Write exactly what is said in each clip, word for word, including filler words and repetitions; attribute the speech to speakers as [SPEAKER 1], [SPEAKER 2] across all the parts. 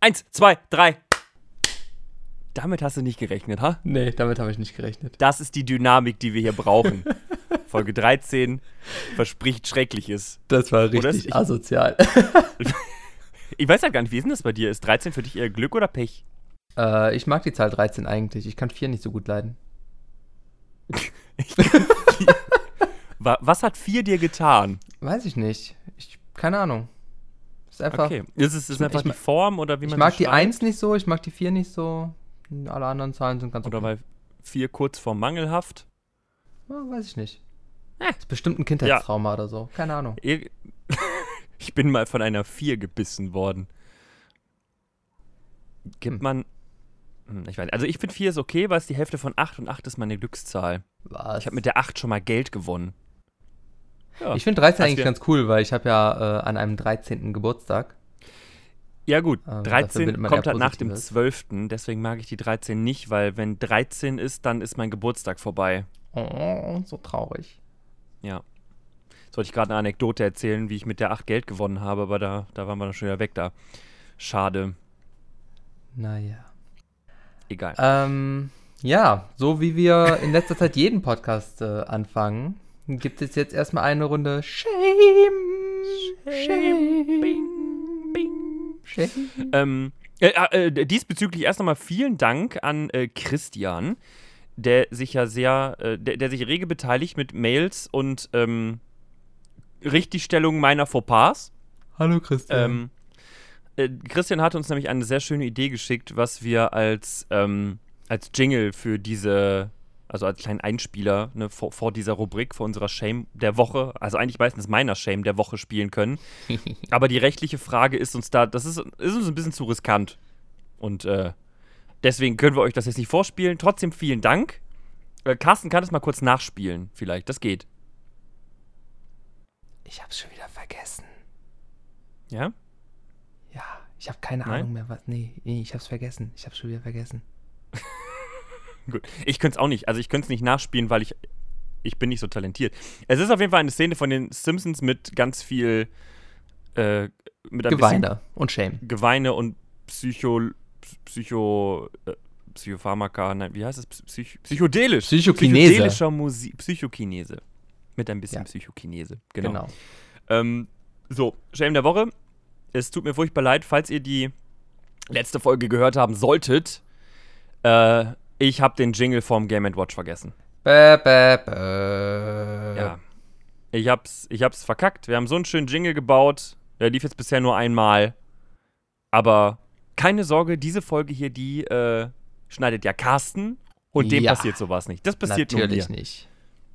[SPEAKER 1] Eins, zwei, drei. Damit hast du nicht gerechnet, ha?
[SPEAKER 2] Nee, damit habe ich nicht gerechnet.
[SPEAKER 1] Das ist die Dynamik, die wir hier brauchen. Folge dreizehn verspricht Schreckliches.
[SPEAKER 2] Das war
[SPEAKER 1] Oder
[SPEAKER 2] richtig
[SPEAKER 1] ist-
[SPEAKER 2] asozial.
[SPEAKER 1] Ich weiß ja gar nicht, wie ist denn das bei dir? Ist dreizehn für dich eher Glück oder Pech?
[SPEAKER 2] äh, ich mag die Zahl dreizehn eigentlich. Ich kann vier nicht so gut leiden.
[SPEAKER 1] Wa- Was hat vier dir getan?
[SPEAKER 2] Weiß ich nicht. Ich, keine Ahnung. Ist einfach,
[SPEAKER 1] Okay. Ist es ist
[SPEAKER 2] ich-
[SPEAKER 1] einfach
[SPEAKER 2] ich
[SPEAKER 1] die
[SPEAKER 2] ma-
[SPEAKER 1] Form oder wie man
[SPEAKER 2] ich mag
[SPEAKER 1] sie
[SPEAKER 2] die
[SPEAKER 1] schreibt?
[SPEAKER 2] eins nicht so, ich mag die vier nicht so. Alle anderen Zahlen sind ganz
[SPEAKER 1] Oder
[SPEAKER 2] okay.
[SPEAKER 1] weil vier kurz vor mangelhaft?
[SPEAKER 2] Ja, weiß ich nicht.
[SPEAKER 1] Äh.
[SPEAKER 2] Ist bestimmt ein Kindheitstrauma oder so. Keine Ahnung.
[SPEAKER 1] Ir- Ich bin mal von einer vier gebissen worden. Gibt
[SPEAKER 2] Hm.
[SPEAKER 1] man. Hm, Ich weiß, also ich finde vier ist okay, weil es die Hälfte von acht und acht ist meine Glückszahl.
[SPEAKER 2] Was?
[SPEAKER 1] Ich habe mit der acht schon mal Geld gewonnen. Ja,
[SPEAKER 2] Ich finde dreizehn
[SPEAKER 1] Als
[SPEAKER 2] eigentlich
[SPEAKER 1] wir-
[SPEAKER 2] ganz cool, weil ich habe ja äh, an einem dreizehnten Geburtstag.
[SPEAKER 1] ja gut,
[SPEAKER 2] Ähm, dafür
[SPEAKER 1] dreizehn
[SPEAKER 2] bindet man
[SPEAKER 1] kommt
[SPEAKER 2] eher
[SPEAKER 1] halt nach dem
[SPEAKER 2] Positives.
[SPEAKER 1] zwölften Deswegen mag ich die dreizehn nicht, weil wenn dreizehn ist, dann ist mein Geburtstag vorbei.
[SPEAKER 2] Oh, so traurig.
[SPEAKER 1] Ja. Jetzt wollte ich gerade eine Anekdote erzählen, wie ich mit der acht Geld gewonnen habe, aber da, da waren wir dann schon wieder weg da. Schade.
[SPEAKER 2] Naja.
[SPEAKER 1] Egal.
[SPEAKER 2] Ähm, ja, so wie wir in letzter Zeit jeden Podcast äh, anfangen, gibt es jetzt erstmal eine Runde Shame. Shame.
[SPEAKER 1] Bing, bing.
[SPEAKER 2] Shame.
[SPEAKER 1] Ähm, äh, äh, diesbezüglich erst nochmal vielen Dank an äh, Christian, der sich ja sehr, äh, der, der sich rege beteiligt mit Mails und ähm, Richtigstellung meiner Fauxpas.
[SPEAKER 2] Hallo Christian.
[SPEAKER 1] Ähm, äh, Christian hat uns nämlich eine sehr schöne Idee geschickt, was wir als, ähm, als Jingle für diese, also als kleinen Einspieler ne, vor, vor dieser Rubrik, vor unserer Shame der Woche, also eigentlich meistens meiner Shame der Woche spielen können. Aber die rechtliche Frage ist uns da, das ist, ist uns ein bisschen zu riskant. Und äh, deswegen können wir euch das jetzt nicht vorspielen. Trotzdem vielen Dank. Äh, Carsten kann es mal kurz nachspielen, vielleicht. Das geht.
[SPEAKER 2] Ich hab's schon wieder vergessen.
[SPEAKER 1] Ja?
[SPEAKER 2] Ja, ich habe keine
[SPEAKER 1] Nein?
[SPEAKER 2] Ahnung mehr, was. Nee, nee, ich hab's vergessen. Ich hab's schon wieder vergessen.
[SPEAKER 1] Gut. Ich könnte es auch nicht. Also ich könnte es nicht nachspielen, weil ich ich bin nicht so talentiert. Es ist auf jeden Fall eine Szene von den Simpsons mit ganz viel äh, mit ein
[SPEAKER 2] Geweine und Shame.
[SPEAKER 1] bisschen Geweine und Psycho Psycho äh, Psychopharmaka, nein, wie heißt es? Psych Psychodelisch.
[SPEAKER 2] Psychokinese.
[SPEAKER 1] Psychedelischer Musik. Psychokinese. Mit ein bisschen
[SPEAKER 2] Ja.
[SPEAKER 1] Psychokinese. Genau.
[SPEAKER 2] Genau.
[SPEAKER 1] Ähm, so, Shame der Woche. Es tut mir furchtbar leid, falls ihr die letzte Folge gehört haben solltet. Äh, ich habe den Jingle vom Game and Watch vergessen.
[SPEAKER 2] Bäh, bäh, bäh.
[SPEAKER 1] Ja. Ich hab's, ich hab's verkackt. Wir haben so einen schönen Jingle gebaut. Der lief jetzt bisher nur einmal. Aber keine Sorge, diese Folge hier, die äh, schneidet ja Carsten. Und dem
[SPEAKER 2] Ja.
[SPEAKER 1] passiert sowas nicht. Das passiert
[SPEAKER 2] Natürlich
[SPEAKER 1] nur mir.
[SPEAKER 2] nicht.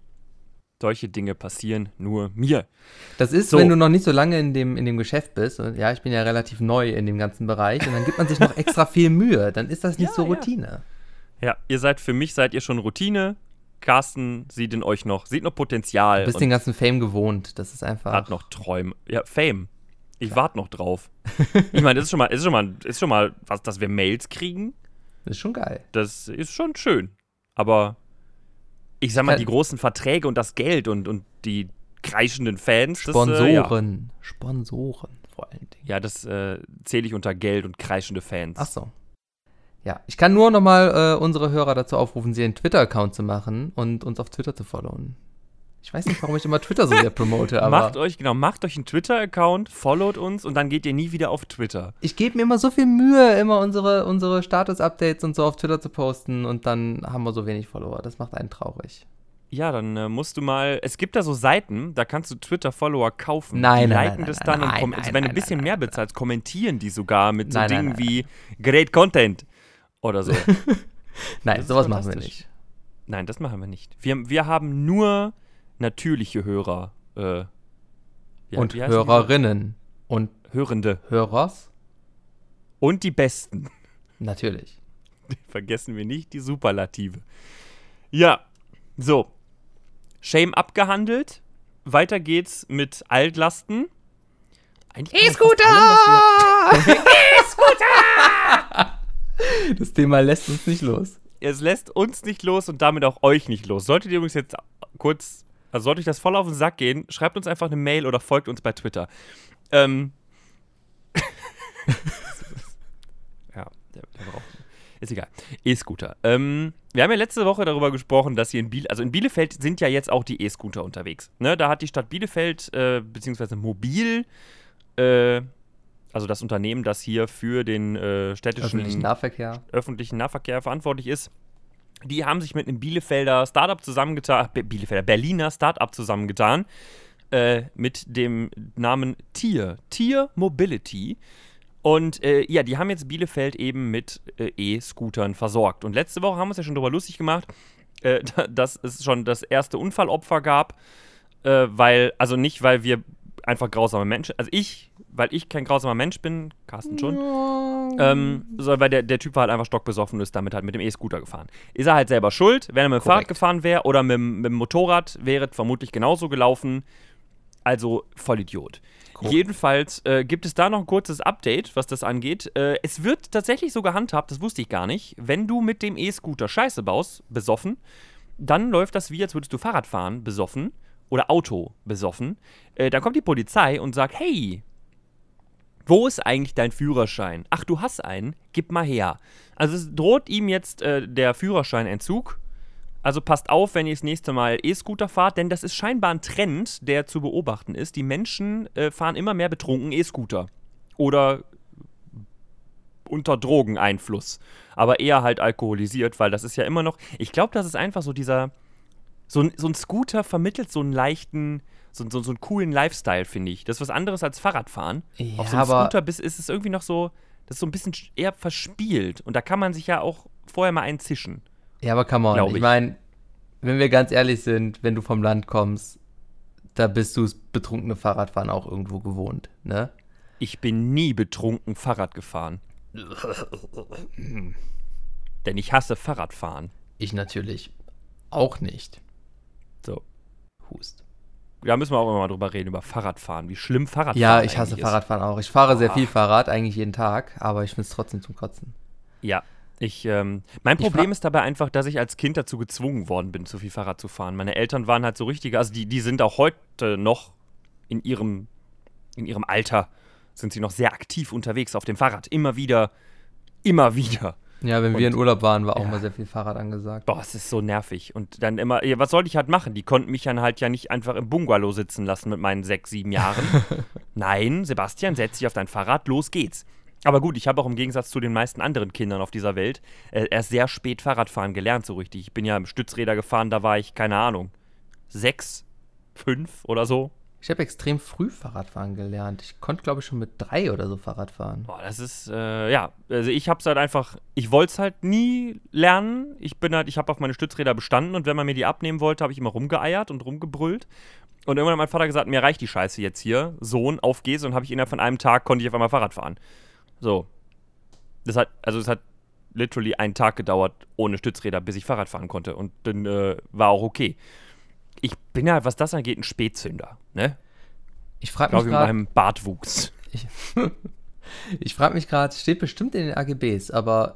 [SPEAKER 1] Solche Dinge passieren nur mir.
[SPEAKER 2] Das ist,
[SPEAKER 1] So.
[SPEAKER 2] wenn du noch nicht so lange in dem, in dem Geschäft bist. Und ja, ich bin ja relativ neu in dem ganzen Bereich. Und dann gibt man sich noch extra viel Mühe. Dann ist das nicht
[SPEAKER 1] Ja,
[SPEAKER 2] so
[SPEAKER 1] ja.
[SPEAKER 2] Routine.
[SPEAKER 1] Ja, ihr seid, für mich seid ihr schon Routine. Carsten sieht in euch noch, sieht noch Potenzial.
[SPEAKER 2] Du bist
[SPEAKER 1] und
[SPEAKER 2] den ganzen Fame gewohnt. Das ist einfach.
[SPEAKER 1] hat noch Träume. Ja, Fame. Ich warte noch drauf. Ich meine, das ist schon mal, ist schon mal, ist schon mal was, dass wir Mails kriegen.
[SPEAKER 2] Das ist schon geil.
[SPEAKER 1] Das ist schon schön. Aber ich sag mal,
[SPEAKER 2] Kann-
[SPEAKER 1] die großen Verträge und das Geld und, und die kreischenden Fans. Das, äh, ja.
[SPEAKER 2] Sponsoren. Sponsoren vor allen Dingen.
[SPEAKER 1] ja, das äh, zähle ich unter Geld und kreischende Fans.
[SPEAKER 2] Ach so. Ja, ich kann nur nochmal äh, unsere Hörer dazu aufrufen, sie einen Twitter-Account zu machen und uns auf Twitter zu followen. Ich weiß nicht, warum ich immer Twitter so sehr promote, aber
[SPEAKER 1] macht euch, genau, macht euch einen Twitter-Account, followt uns und dann geht ihr nie wieder auf Twitter.
[SPEAKER 2] ich gebe mir immer so viel Mühe, immer unsere, unsere Status-Updates und so auf Twitter zu posten und dann haben wir so wenig Follower. Das macht einen traurig.
[SPEAKER 1] Ja, dann äh, musst du mal, es gibt da so Seiten, da kannst du Twitter-Follower kaufen.
[SPEAKER 2] Nein,
[SPEAKER 1] die
[SPEAKER 2] nein,
[SPEAKER 1] liken
[SPEAKER 2] nein,
[SPEAKER 1] das
[SPEAKER 2] nein,
[SPEAKER 1] dann
[SPEAKER 2] nein,
[SPEAKER 1] und kom-
[SPEAKER 2] nein,
[SPEAKER 1] also wenn du
[SPEAKER 2] nein,
[SPEAKER 1] ein bisschen
[SPEAKER 2] nein,
[SPEAKER 1] mehr
[SPEAKER 2] nein,
[SPEAKER 1] bezahlst, kommentieren die sogar mit so
[SPEAKER 2] Nein, nein,
[SPEAKER 1] Dingen
[SPEAKER 2] nein,
[SPEAKER 1] wie Great Content oder so.
[SPEAKER 2] Nein,
[SPEAKER 1] Das ist
[SPEAKER 2] sowas machen wir
[SPEAKER 1] fantastisch.
[SPEAKER 2] nicht.
[SPEAKER 1] Nein, das machen wir nicht. Wir, wir haben nur natürliche Hörer. Äh, ja,
[SPEAKER 2] und
[SPEAKER 1] wie heißen
[SPEAKER 2] Hörerinnen. Und
[SPEAKER 1] die? Hörende.
[SPEAKER 2] Hörers?
[SPEAKER 1] Und die Besten.
[SPEAKER 2] Natürlich.
[SPEAKER 1] Vergessen wir nicht die Superlative. Ja, so. Shame abgehandelt. Weiter geht's mit Altlasten. Eigentlich kann man fast allem, was wir-
[SPEAKER 2] Das Thema lässt uns nicht los.
[SPEAKER 1] Es lässt uns nicht los und damit auch euch nicht los. Solltet ihr übrigens jetzt kurz, also sollte euch das voll auf den Sack gehen, schreibt uns einfach eine Mail oder folgt uns bei Twitter. Ähm. Ist egal. E-Scooter. Ähm, wir haben ja letzte Woche darüber gesprochen, dass hier in Bielefeld, also in Bielefeld sind ja jetzt auch die E-Scooter unterwegs. Ne? Da hat die Stadt Bielefeld, äh, beziehungsweise Mobil, äh, also das Unternehmen, das hier für den äh, städtischen
[SPEAKER 2] Öffentlichen Nahverkehr.
[SPEAKER 1] öffentlichen Nahverkehr verantwortlich ist, die haben sich mit einem Bielefelder Startup zusammengetan, äh, Bielefelder, Berliner Startup zusammengetan, äh, mit dem Namen Tier, Tier Mobility. Und äh, ja, die haben jetzt Bielefeld eben mit äh, E-Scootern versorgt. Und letzte Woche haben wir uns ja schon darüber lustig gemacht, äh, dass es schon das erste Unfallopfer gab, äh, weil, also nicht, weil wir einfach grausame Menschen, also ich, weil ich kein grausamer Mensch bin, Carsten schon,
[SPEAKER 2] Ja.
[SPEAKER 1] ähm, sondern weil der, der Typ war halt einfach stockbesoffen und ist damit halt mit dem E-Scooter gefahren. Ist er halt selber schuld, wenn er mit dem Fahrrad gefahren wäre oder mit, mit dem Motorrad, wäre es vermutlich genauso gelaufen. Also Vollidiot. Cool. Jedenfalls äh, gibt es da noch ein kurzes Update, was das angeht. Äh, es wird tatsächlich so gehandhabt, das wusste ich gar nicht, wenn du mit dem E-Scooter Scheiße baust, besoffen, dann läuft das wie, als würdest du Fahrrad fahren, besoffen, oder Auto besoffen. Äh, dann kommt die Polizei und sagt, hey, wo ist eigentlich dein Führerschein? Ach, du hast einen? Gib mal her. Also es droht ihm jetzt äh, der Führerscheinentzug. Also passt auf, wenn ihr das nächste Mal E-Scooter fahrt, denn das ist scheinbar ein Trend, der zu beobachten ist. Die Menschen äh, fahren immer mehr betrunken E-Scooter. Oder unter Drogeneinfluss. Aber eher halt alkoholisiert, weil das ist ja immer noch, ich glaube, das ist einfach so dieser, so ein, so ein Scooter vermittelt so einen leichten, so, so, so einen coolen Lifestyle, finde ich. Das ist was anderes als Fahrradfahren.
[SPEAKER 2] Ja,
[SPEAKER 1] Auf so einem
[SPEAKER 2] aber
[SPEAKER 1] Scooter ist es irgendwie noch so, das ist so ein bisschen eher verspielt. Und da kann man sich ja auch vorher mal einen zischen.
[SPEAKER 2] Ja, aber come on,
[SPEAKER 1] Glaub
[SPEAKER 2] ich,
[SPEAKER 1] ich.
[SPEAKER 2] meine, wenn wir ganz ehrlich sind, wenn du vom Land kommst, da bist du das betrunkene Fahrradfahren auch irgendwo gewohnt, ne?
[SPEAKER 1] Ich bin nie betrunken Fahrrad gefahren. Denn ich hasse Fahrradfahren.
[SPEAKER 2] Ich natürlich auch nicht.
[SPEAKER 1] So.
[SPEAKER 2] Hust.
[SPEAKER 1] Da müssen wir auch immer mal drüber reden, über Fahrradfahren. Wie schlimm Fahrradfahren
[SPEAKER 2] Ja, ich hasse
[SPEAKER 1] eigentlich ist.
[SPEAKER 2] Fahrradfahren auch. Ich fahre sehr
[SPEAKER 1] Ah.
[SPEAKER 2] viel Fahrrad, eigentlich jeden Tag, aber ich finde es trotzdem zum Kotzen.
[SPEAKER 1] Ja. Ich, ähm, mein
[SPEAKER 2] Ich
[SPEAKER 1] Problem
[SPEAKER 2] fra-
[SPEAKER 1] ist dabei einfach, dass ich als Kind dazu gezwungen worden bin, zu viel Fahrrad zu fahren. Meine Eltern waren halt so richtige, also die, die sind auch heute noch in ihrem, in ihrem Alter, sind sie noch sehr aktiv unterwegs auf dem Fahrrad. Immer wieder, immer wieder.
[SPEAKER 2] Ja, wenn
[SPEAKER 1] Und-
[SPEAKER 2] wir in Urlaub waren, war auch
[SPEAKER 1] ja.
[SPEAKER 2] mal sehr viel Fahrrad angesagt.
[SPEAKER 1] Boah, es ist so nervig. Und dann immer, ja, was sollte ich halt machen? Die konnten mich dann halt ja nicht einfach im Bungalow sitzen lassen mit meinen sechs, sieben Jahren. Nein, Sebastian, setz dich auf dein Fahrrad, los geht's. Aber gut, ich habe auch im Gegensatz zu den meisten anderen Kindern auf dieser Welt äh, erst sehr spät Fahrradfahren gelernt, so richtig. Ich bin ja im Stützräder gefahren, da war ich, keine Ahnung, sechs, fünf oder so.
[SPEAKER 2] Ich habe extrem früh Fahrradfahren gelernt. Ich konnte, glaube ich, schon mit drei oder so Fahrrad fahren.
[SPEAKER 1] Boah, das ist, äh, ja, also ich hab's halt einfach, ich wollte es halt nie lernen. Ich bin halt, ich habe auf meine Stützräder bestanden und wenn man mir die abnehmen wollte, habe ich immer rumgeeiert und rumgebrüllt. Und irgendwann hat mein Vater gesagt, mir reicht die Scheiße jetzt hier, Sohn, auf geht's. Und habe ich innerhalb von einem Tag, konnte ich auf einmal Fahrrad fahren. So. Das hat, also es hat literally einen Tag gedauert ohne Stützräder, bis ich Fahrrad fahren konnte. Und dann äh, war auch okay. Ich bin ja, was das angeht, ein Spätzünder, ne?
[SPEAKER 2] Ich frage
[SPEAKER 1] Glaube
[SPEAKER 2] mich
[SPEAKER 1] ich, mit
[SPEAKER 2] gerade,
[SPEAKER 1] meinem Bartwuchs.
[SPEAKER 2] ich, ich frage mich gerade, steht bestimmt in den A G Bs, aber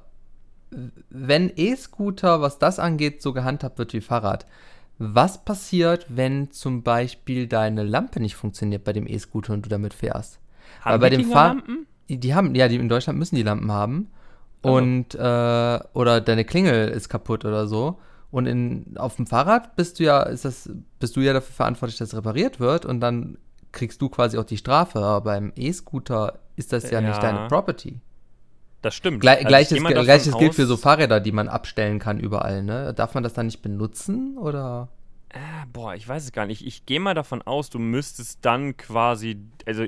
[SPEAKER 2] wenn E-Scooter, was das angeht, so gehandhabt wird wie Fahrrad, was passiert, wenn zum Beispiel deine Lampe nicht funktioniert bei dem E-Scooter und du damit fährst? Weil
[SPEAKER 1] Haben
[SPEAKER 2] bei
[SPEAKER 1] die
[SPEAKER 2] dem
[SPEAKER 1] Dinger
[SPEAKER 2] Fahr-
[SPEAKER 1] Lampen?
[SPEAKER 2] Die haben, ja, die in Deutschland müssen die Lampen haben.
[SPEAKER 1] Also.
[SPEAKER 2] Und, äh, oder deine Klingel ist kaputt oder so. Und in, auf dem Fahrrad bist du ja, ist das, bist du ja dafür verantwortlich, dass es repariert wird und dann kriegst du quasi auch die Strafe. Aber beim E-Scooter ist das ja,
[SPEAKER 1] Ja.
[SPEAKER 2] nicht deine Property.
[SPEAKER 1] Das stimmt.
[SPEAKER 2] Gle
[SPEAKER 1] Also ich
[SPEAKER 2] gleiches
[SPEAKER 1] geh mal davon
[SPEAKER 2] gleiches gilt
[SPEAKER 1] aus-
[SPEAKER 2] für so Fahrräder, die man abstellen kann überall, ne? Darf man das dann nicht benutzen oder?
[SPEAKER 1] Ah, boah, ich weiß es gar nicht. Ich gehe mal davon aus, du müsstest dann quasi, also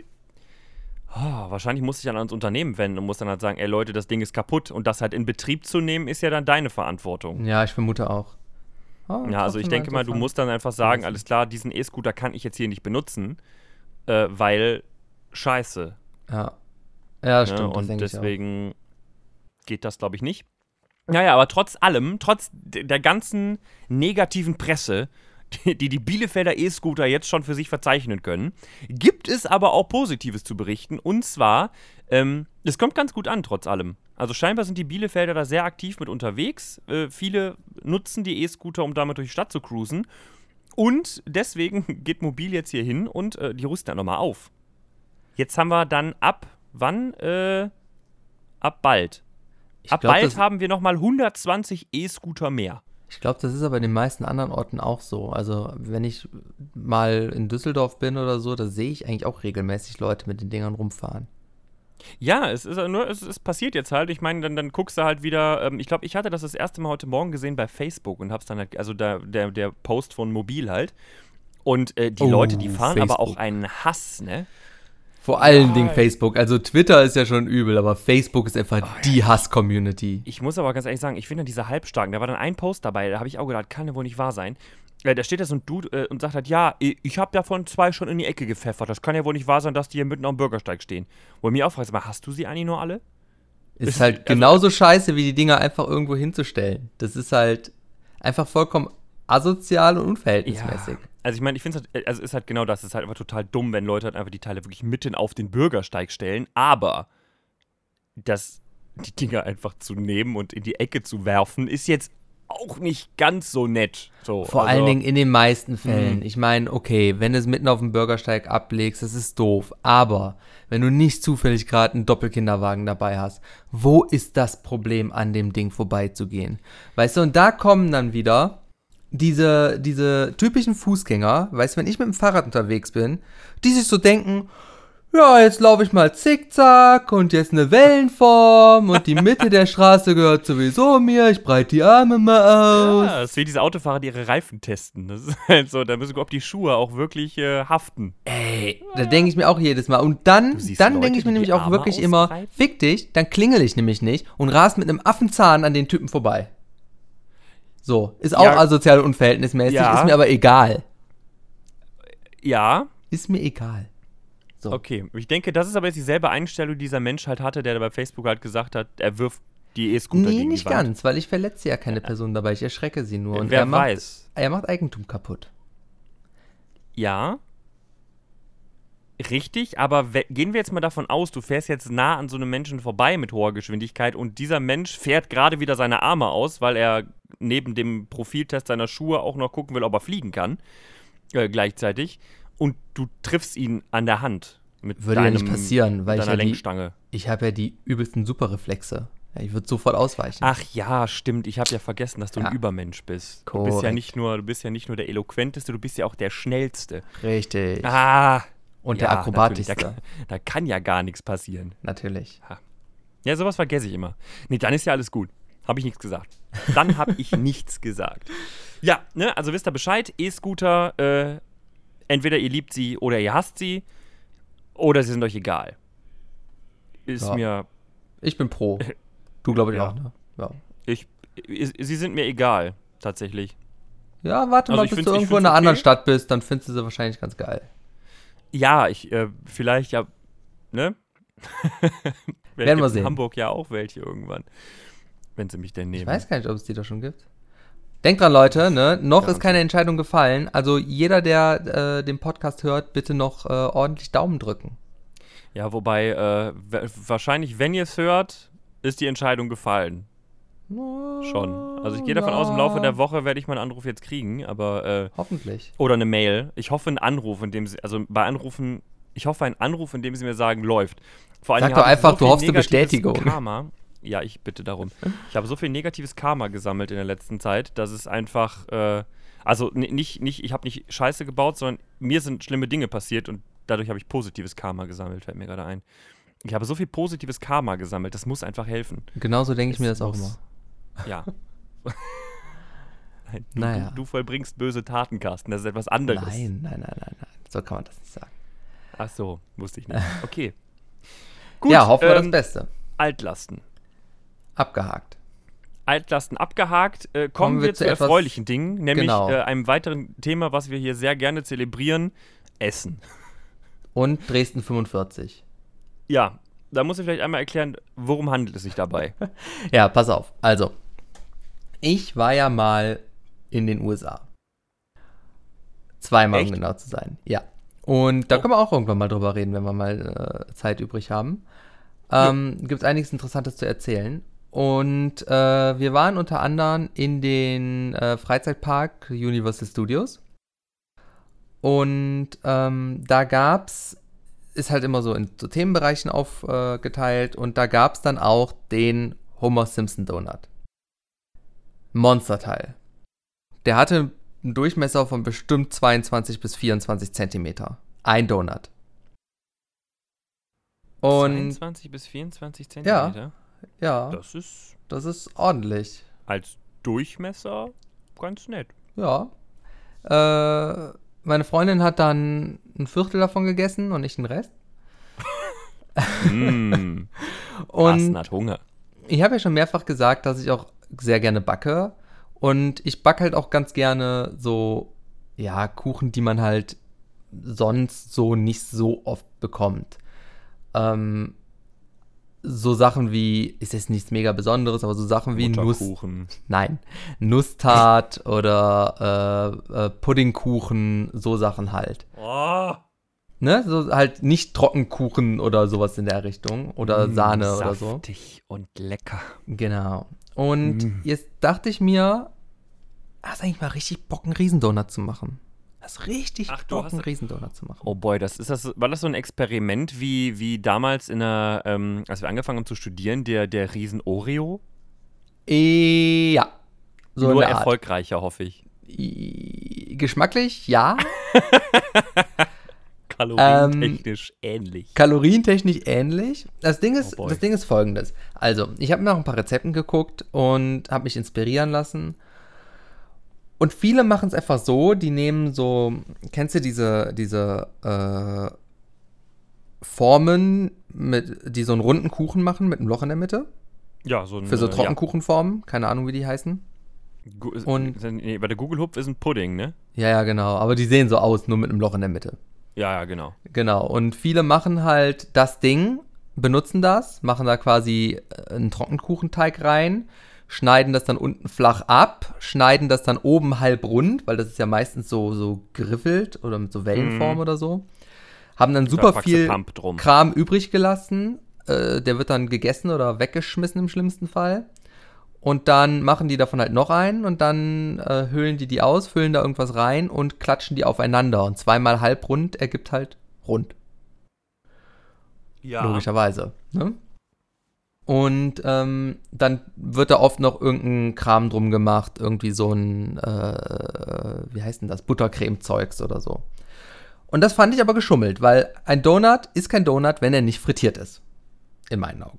[SPEAKER 1] oh, wahrscheinlich musst du dich dann ans Unternehmen wenden und musst dann halt sagen, ey Leute, das Ding ist kaputt und das halt in Betrieb zu nehmen, ist ja dann deine Verantwortung.
[SPEAKER 2] Ja, ich vermute auch. Oh,
[SPEAKER 1] Ja, also ich
[SPEAKER 2] trotzdem
[SPEAKER 1] denke mal, du
[SPEAKER 2] interessant.
[SPEAKER 1] musst dann einfach sagen,
[SPEAKER 2] wissen.
[SPEAKER 1] alles klar, diesen E-Scooter kann ich jetzt hier nicht benutzen, äh, weil scheiße.
[SPEAKER 2] Ja, ja, das
[SPEAKER 1] Ne?
[SPEAKER 2] stimmt, das
[SPEAKER 1] Und
[SPEAKER 2] denke ich auch.
[SPEAKER 1] deswegen geht das, glaube ich, nicht. Naja, aber trotz allem, trotz d- der ganzen negativen Presse, die die, die Bielefelder E-Scooter jetzt schon für sich verzeichnen können, gibt es aber auch Positives zu berichten. Und zwar, ähm, es kommt ganz gut an, trotz allem. Also scheinbar sind die Bielefelder da sehr aktiv mit unterwegs. Äh, viele nutzen die E-Scooter, um damit durch die Stadt zu cruisen. Und deswegen geht Mobil jetzt hier hin und äh, die rüsten dann nochmal auf. Jetzt haben wir dann ab, wann? Äh, ab bald.
[SPEAKER 2] Ich
[SPEAKER 1] Ab
[SPEAKER 2] glaub,
[SPEAKER 1] bald
[SPEAKER 2] das-
[SPEAKER 1] haben wir nochmal hundertzwanzig E-Scooter mehr.
[SPEAKER 2] Ich glaube, das ist aber in den meisten anderen Orten auch so. Also, wenn ich mal in Düsseldorf bin oder so, da sehe ich eigentlich auch regelmäßig Leute mit den Dingern rumfahren.
[SPEAKER 1] Ja, es ist nur, es, es passiert jetzt halt. Ich meine, dann, dann guckst du halt wieder. Ähm, ich glaube, ich hatte das das erste Mal heute Morgen gesehen bei Facebook und hab's dann halt, also da, der, der Post von Mobil halt. Und äh, die
[SPEAKER 2] Oh,
[SPEAKER 1] Leute, die fahren aber
[SPEAKER 2] Facebook.
[SPEAKER 1] auch einen Hass, ne?
[SPEAKER 2] Vor allen
[SPEAKER 1] Ja.
[SPEAKER 2] Dingen Facebook. Also Twitter ist ja schon übel, aber Facebook ist einfach die Hass-Community.
[SPEAKER 1] Ich muss aber ganz ehrlich sagen, ich finde diese Halbstarken, da war dann ein Post dabei, da habe ich auch gedacht, kann ja wohl nicht wahr sein. Äh, da steht da so ein Dude äh, und sagt halt, ja, ich, ich habe davon zwei schon in die Ecke gepfeffert. Das kann ja wohl nicht wahr sein, dass die hier mitten am Bürgersteig stehen. Wo ich mich auch frage, sag mal, hast du sie eigentlich nur alle?
[SPEAKER 2] Ist halt
[SPEAKER 1] Also-
[SPEAKER 2] genauso scheiße, wie die Dinger einfach irgendwo hinzustellen. Das ist halt einfach vollkommen asozial und unverhältnismäßig.
[SPEAKER 1] Also ich meine, ich finde es halt, also ist halt genau das, es ist halt einfach total dumm, wenn Leute halt einfach die Teile wirklich mitten auf den Bürgersteig stellen, aber das, die Dinger einfach zu nehmen und in die Ecke zu werfen, ist jetzt auch nicht ganz so nett. So,
[SPEAKER 2] Vor
[SPEAKER 1] also,
[SPEAKER 2] allen Dingen in den meisten Fällen.
[SPEAKER 1] Mhm.
[SPEAKER 2] Ich meine, okay, wenn du es mitten auf dem Bürgersteig ablegst, das ist doof. Aber wenn du nicht zufällig gerade einen Doppelkinderwagen dabei hast, wo ist das Problem, an dem Ding vorbeizugehen? Weißt du, und da kommen dann wieder diese, diese typischen Fußgänger, weißt du, wenn ich mit dem Fahrrad unterwegs bin, die sich so denken, ja, jetzt laufe ich mal zickzack und jetzt eine Wellenform und die Mitte der Straße gehört sowieso mir, ich breite die Arme mal aus.
[SPEAKER 1] Ja, das ist wie diese Autofahrer, die ihre Reifen testen. Das ist halt so, da müssen wir, ob die Schuhe auch wirklich äh, haften.
[SPEAKER 2] Ey, da denke ich mir auch jedes Mal. Und dann,
[SPEAKER 1] Du siehst
[SPEAKER 2] dann
[SPEAKER 1] Leute,
[SPEAKER 2] denke ich mir
[SPEAKER 1] die
[SPEAKER 2] nämlich
[SPEAKER 1] die
[SPEAKER 2] auch
[SPEAKER 1] Arme
[SPEAKER 2] wirklich immer,
[SPEAKER 1] ausbreiten?
[SPEAKER 2] fick dich, dann klingel ich nämlich nicht und ras mit einem Affenzahn an den Typen vorbei. So, ist auch
[SPEAKER 1] Ja.
[SPEAKER 2] asozial und unverhältnismäßig,
[SPEAKER 1] Ja.
[SPEAKER 2] ist mir aber egal.
[SPEAKER 1] Ja,
[SPEAKER 2] Ist mir egal. So.
[SPEAKER 1] okay. Ich denke, das ist aber jetzt dieselbe Einstellung, die dieser Mensch halt hatte, der bei Facebook halt gesagt hat, er wirft die E-Scooter
[SPEAKER 2] Nee,
[SPEAKER 1] gegen
[SPEAKER 2] nicht
[SPEAKER 1] die Wand.
[SPEAKER 2] ganz, weil ich verletze ja keine Person dabei, ich erschrecke sie nur. Und
[SPEAKER 1] Wer
[SPEAKER 2] er macht,
[SPEAKER 1] weiß.
[SPEAKER 2] er macht Eigentum kaputt.
[SPEAKER 1] Ja. Richtig, aber we- gehen wir jetzt mal davon aus, du fährst jetzt nah an so einem Menschen vorbei mit hoher Geschwindigkeit und dieser Mensch fährt gerade wieder seine Arme aus, weil er neben dem Profiltest seiner Schuhe auch noch gucken will, ob er fliegen kann, äh, gleichzeitig. Und du triffst ihn an der Hand mit
[SPEAKER 2] Würde ja
[SPEAKER 1] deinem,
[SPEAKER 2] nicht passieren, weil
[SPEAKER 1] mit
[SPEAKER 2] ich
[SPEAKER 1] deiner
[SPEAKER 2] ja die-
[SPEAKER 1] Lenkstange.
[SPEAKER 2] Ich habe ja die übelsten Superreflexe. Ja, ich würde sofort ausweichen.
[SPEAKER 1] Ach ja, stimmt. Ich habe ja vergessen, dass du
[SPEAKER 2] Ja.
[SPEAKER 1] ein Übermensch bist. Du bist ja
[SPEAKER 2] Korrekt.
[SPEAKER 1] nicht nur, du bist ja nicht nur der eloquenteste, du bist ja auch der schnellste.
[SPEAKER 2] Richtig.
[SPEAKER 1] Ah.
[SPEAKER 2] und
[SPEAKER 1] ja,
[SPEAKER 2] der
[SPEAKER 1] natürlich,
[SPEAKER 2] akrobatischste.
[SPEAKER 1] Da, kann- da kann ja gar nichts passieren.
[SPEAKER 2] Natürlich.
[SPEAKER 1] Ja, sowas vergesse ich immer. Nee, dann ist ja alles gut. Habe ich nichts gesagt. Dann habe ich nichts gesagt. Ja, ne, also wisst ihr Bescheid. E-Scooter, äh, entweder ihr liebt sie oder ihr hasst sie oder sie sind euch egal. Ist
[SPEAKER 2] Ja.
[SPEAKER 1] mir,
[SPEAKER 2] Ich bin pro. Du glaube ich
[SPEAKER 1] Ja.
[SPEAKER 2] auch, ne? Ja.
[SPEAKER 1] ich, sie sind mir egal, tatsächlich.
[SPEAKER 2] Ja, warte
[SPEAKER 1] Also
[SPEAKER 2] mal,
[SPEAKER 1] ich
[SPEAKER 2] bis
[SPEAKER 1] find's-
[SPEAKER 2] du
[SPEAKER 1] ich
[SPEAKER 2] irgendwo in
[SPEAKER 1] find's
[SPEAKER 2] einer anderen
[SPEAKER 1] okay.
[SPEAKER 2] Stadt bist, dann findest du sie wahrscheinlich ganz geil.
[SPEAKER 1] Ja, ich, äh, vielleicht ja, ne?
[SPEAKER 2] Werden
[SPEAKER 1] Vielleicht
[SPEAKER 2] wir
[SPEAKER 1] gibt's
[SPEAKER 2] sehen.
[SPEAKER 1] in Hamburg ja auch welche irgendwann. Wenn sie mich denn nehmen.
[SPEAKER 2] Ich weiß gar nicht, ob es die da schon gibt. Denkt dran, Leute, ne? Noch
[SPEAKER 1] Ja,
[SPEAKER 2] ist keine Entscheidung gefallen. Also jeder, der äh, den Podcast hört, bitte noch äh, ordentlich Daumen drücken.
[SPEAKER 1] Ja, wobei, äh, wa- wahrscheinlich, wenn ihr es hört, ist die Entscheidung gefallen. Schon. Also ich gehe davon aus, im Laufe der Woche werde ich meinen Anruf jetzt kriegen, aber, äh,
[SPEAKER 2] Hoffentlich.
[SPEAKER 1] oder eine Mail. Ich hoffe einen Anruf, in dem sie, also bei Anrufen, ich hoffe einen Anruf, in dem sie mir sagen, läuft. Vor allen
[SPEAKER 2] Sag
[SPEAKER 1] Dingen
[SPEAKER 2] doch
[SPEAKER 1] habe ich
[SPEAKER 2] einfach,
[SPEAKER 1] so
[SPEAKER 2] du
[SPEAKER 1] viel
[SPEAKER 2] hoffst eine
[SPEAKER 1] negatives
[SPEAKER 2] Bestätigung.
[SPEAKER 1] Karma. Ja, ich bitte darum. Ich habe so viel negatives Karma gesammelt in der letzten Zeit, dass es einfach, äh, also n- nicht, nicht, ich habe nicht Scheiße gebaut, sondern mir sind schlimme Dinge passiert und dadurch habe ich positives Karma gesammelt, fällt mir gerade ein. Ich habe so viel positives Karma gesammelt, das muss einfach helfen.
[SPEAKER 2] Genauso denke ich mir das
[SPEAKER 1] Es
[SPEAKER 2] auch immer.
[SPEAKER 1] muss- Ja. Nein, du,
[SPEAKER 2] Naja.
[SPEAKER 1] du, du vollbringst böse Taten, Carsten, das ist etwas anderes.
[SPEAKER 2] Nein, nein, nein, nein, nein. So kann man das nicht sagen.
[SPEAKER 1] Ach so, wusste ich nicht. Okay. Gut,
[SPEAKER 2] ja, hoffen wir das
[SPEAKER 1] ähm,
[SPEAKER 2] Beste.
[SPEAKER 1] Altlasten.
[SPEAKER 2] Abgehakt.
[SPEAKER 1] Altlasten abgehakt. Äh, kommen,
[SPEAKER 2] Kommen wir
[SPEAKER 1] wir
[SPEAKER 2] zu
[SPEAKER 1] zu
[SPEAKER 2] etwas-
[SPEAKER 1] erfreulichen Dingen, nämlich
[SPEAKER 2] Genau.
[SPEAKER 1] äh, einem weiteren Thema, was wir hier sehr gerne zelebrieren: Essen.
[SPEAKER 2] Und Dresden fünfundvierzig.
[SPEAKER 1] Ja, da muss ich vielleicht einmal erklären, worum handelt es sich dabei.
[SPEAKER 2] Ja, pass auf. Also, ich war ja mal in den U S A. Zweimal, um
[SPEAKER 1] Echt?
[SPEAKER 2] genau zu sein. Ja. Und da
[SPEAKER 1] Oh.
[SPEAKER 2] können wir auch irgendwann mal drüber reden, wenn wir mal äh, Zeit übrig haben. Ähm, Gibt es einiges Interessantes zu erzählen. Und äh, wir waren unter anderem in den äh, Freizeitpark Universal Studios. Und ähm, da gab's, ist halt immer so in so Themenbereichen aufgeteilt. Und da gab es dann auch den Homer Simpson Donut. Monsterteil. Der hatte einen Durchmesser von bestimmt zweiundzwanzig bis vierundzwanzig Zentimeter. Ein Donut. Und
[SPEAKER 1] zweiundzwanzig bis vierundzwanzig Zentimeter?
[SPEAKER 2] Ja,
[SPEAKER 1] Das ist
[SPEAKER 2] das ist ordentlich.
[SPEAKER 1] als Durchmesser ganz nett.
[SPEAKER 2] Ja. Äh, meine Freundin hat dann ein Viertel davon gegessen und ich den Rest.
[SPEAKER 1] Mm,
[SPEAKER 2] Und
[SPEAKER 1] Carsten hat Hunger.
[SPEAKER 2] ich habe ja schon mehrfach gesagt, dass ich auch sehr gerne backe. Und ich backe halt auch ganz gerne so, ja, Kuchen, die man halt sonst so nicht so oft bekommt. Ähm, so Sachen wie, ist jetzt nichts mega Besonderes, aber so Sachen wie Nuss,
[SPEAKER 1] Butterkuchen.
[SPEAKER 2] nein, Nusstart oder äh, äh, Puddingkuchen, so Sachen halt.
[SPEAKER 1] Oh.
[SPEAKER 2] Ne, so halt nicht Trockenkuchen oder sowas in der Richtung oder
[SPEAKER 1] Mm,
[SPEAKER 2] Sahne oder so.
[SPEAKER 1] Saftig und lecker.
[SPEAKER 2] Genau. Und
[SPEAKER 1] Mm.
[SPEAKER 2] jetzt dachte ich mir, hast eigentlich mal richtig Bock, einen Riesendonut zu machen. Hast richtig
[SPEAKER 1] Ach, du
[SPEAKER 2] Bock,
[SPEAKER 1] hast-
[SPEAKER 2] einen Riesendonut zu machen.
[SPEAKER 1] Oh boy, das ist das, war das so ein Experiment wie, wie damals in der, ähm, als wir angefangen haben zu studieren, der, der Riesen Oreo?
[SPEAKER 2] Äh, ja. So
[SPEAKER 1] Nur
[SPEAKER 2] in der Art.
[SPEAKER 1] erfolgreicher, hoffe ich.
[SPEAKER 2] I- Geschmacklich, ja.
[SPEAKER 1] Kalorientechnisch ähnlich.
[SPEAKER 2] Kalorientechnisch ähnlich. Das Ding ist,
[SPEAKER 1] Oh boy.
[SPEAKER 2] das Ding ist folgendes. Also, ich habe mir noch ein paar Rezepten geguckt und habe mich inspirieren lassen. Und viele machen es einfach so, die nehmen so, kennst du diese, diese äh, Formen, mit, die so einen runden Kuchen machen mit einem Loch in der Mitte?
[SPEAKER 1] Ja, so ein
[SPEAKER 2] Für so
[SPEAKER 1] äh,
[SPEAKER 2] Trockenkuchenformen, keine Ahnung, wie die heißen.
[SPEAKER 1] Ja. Gu- ist-
[SPEAKER 2] Und-
[SPEAKER 1] nee, bei der Google Hupf ist ein Pudding, ne?
[SPEAKER 2] Ja, ja, genau. Aber die sehen so aus, nur mit einem Loch in der Mitte.
[SPEAKER 1] Ja, ja, genau.
[SPEAKER 2] Genau. Und viele machen halt das Ding, benutzen das, machen da quasi äh, einen Trockenkuchenteig rein, schneiden das dann unten flach ab, schneiden das dann oben halb rund, weil das ist ja meistens so, so geriffelt oder mit so Wellenform
[SPEAKER 1] Mhm.
[SPEAKER 2] oder so. Haben dann
[SPEAKER 1] Da
[SPEAKER 2] super
[SPEAKER 1] packst du
[SPEAKER 2] viel
[SPEAKER 1] Pump drum.
[SPEAKER 2] Kram übrig gelassen. Äh, der wird dann gegessen oder weggeschmissen im schlimmsten Fall. Und dann machen die davon halt noch einen und dann äh, höhlen die die aus, füllen da irgendwas rein und klatschen die aufeinander. Und zweimal halbrund ergibt halt rund.
[SPEAKER 1] Ja.
[SPEAKER 2] Logischerweise. Ne? Und ähm, dann wird da oft noch irgendein Kram drum gemacht, irgendwie so ein, äh, wie heißt denn das, Buttercreme-Zeugs oder so. Und das fand ich aber geschummelt, weil ein Donut ist kein Donut, wenn er nicht frittiert ist. In meinen Augen.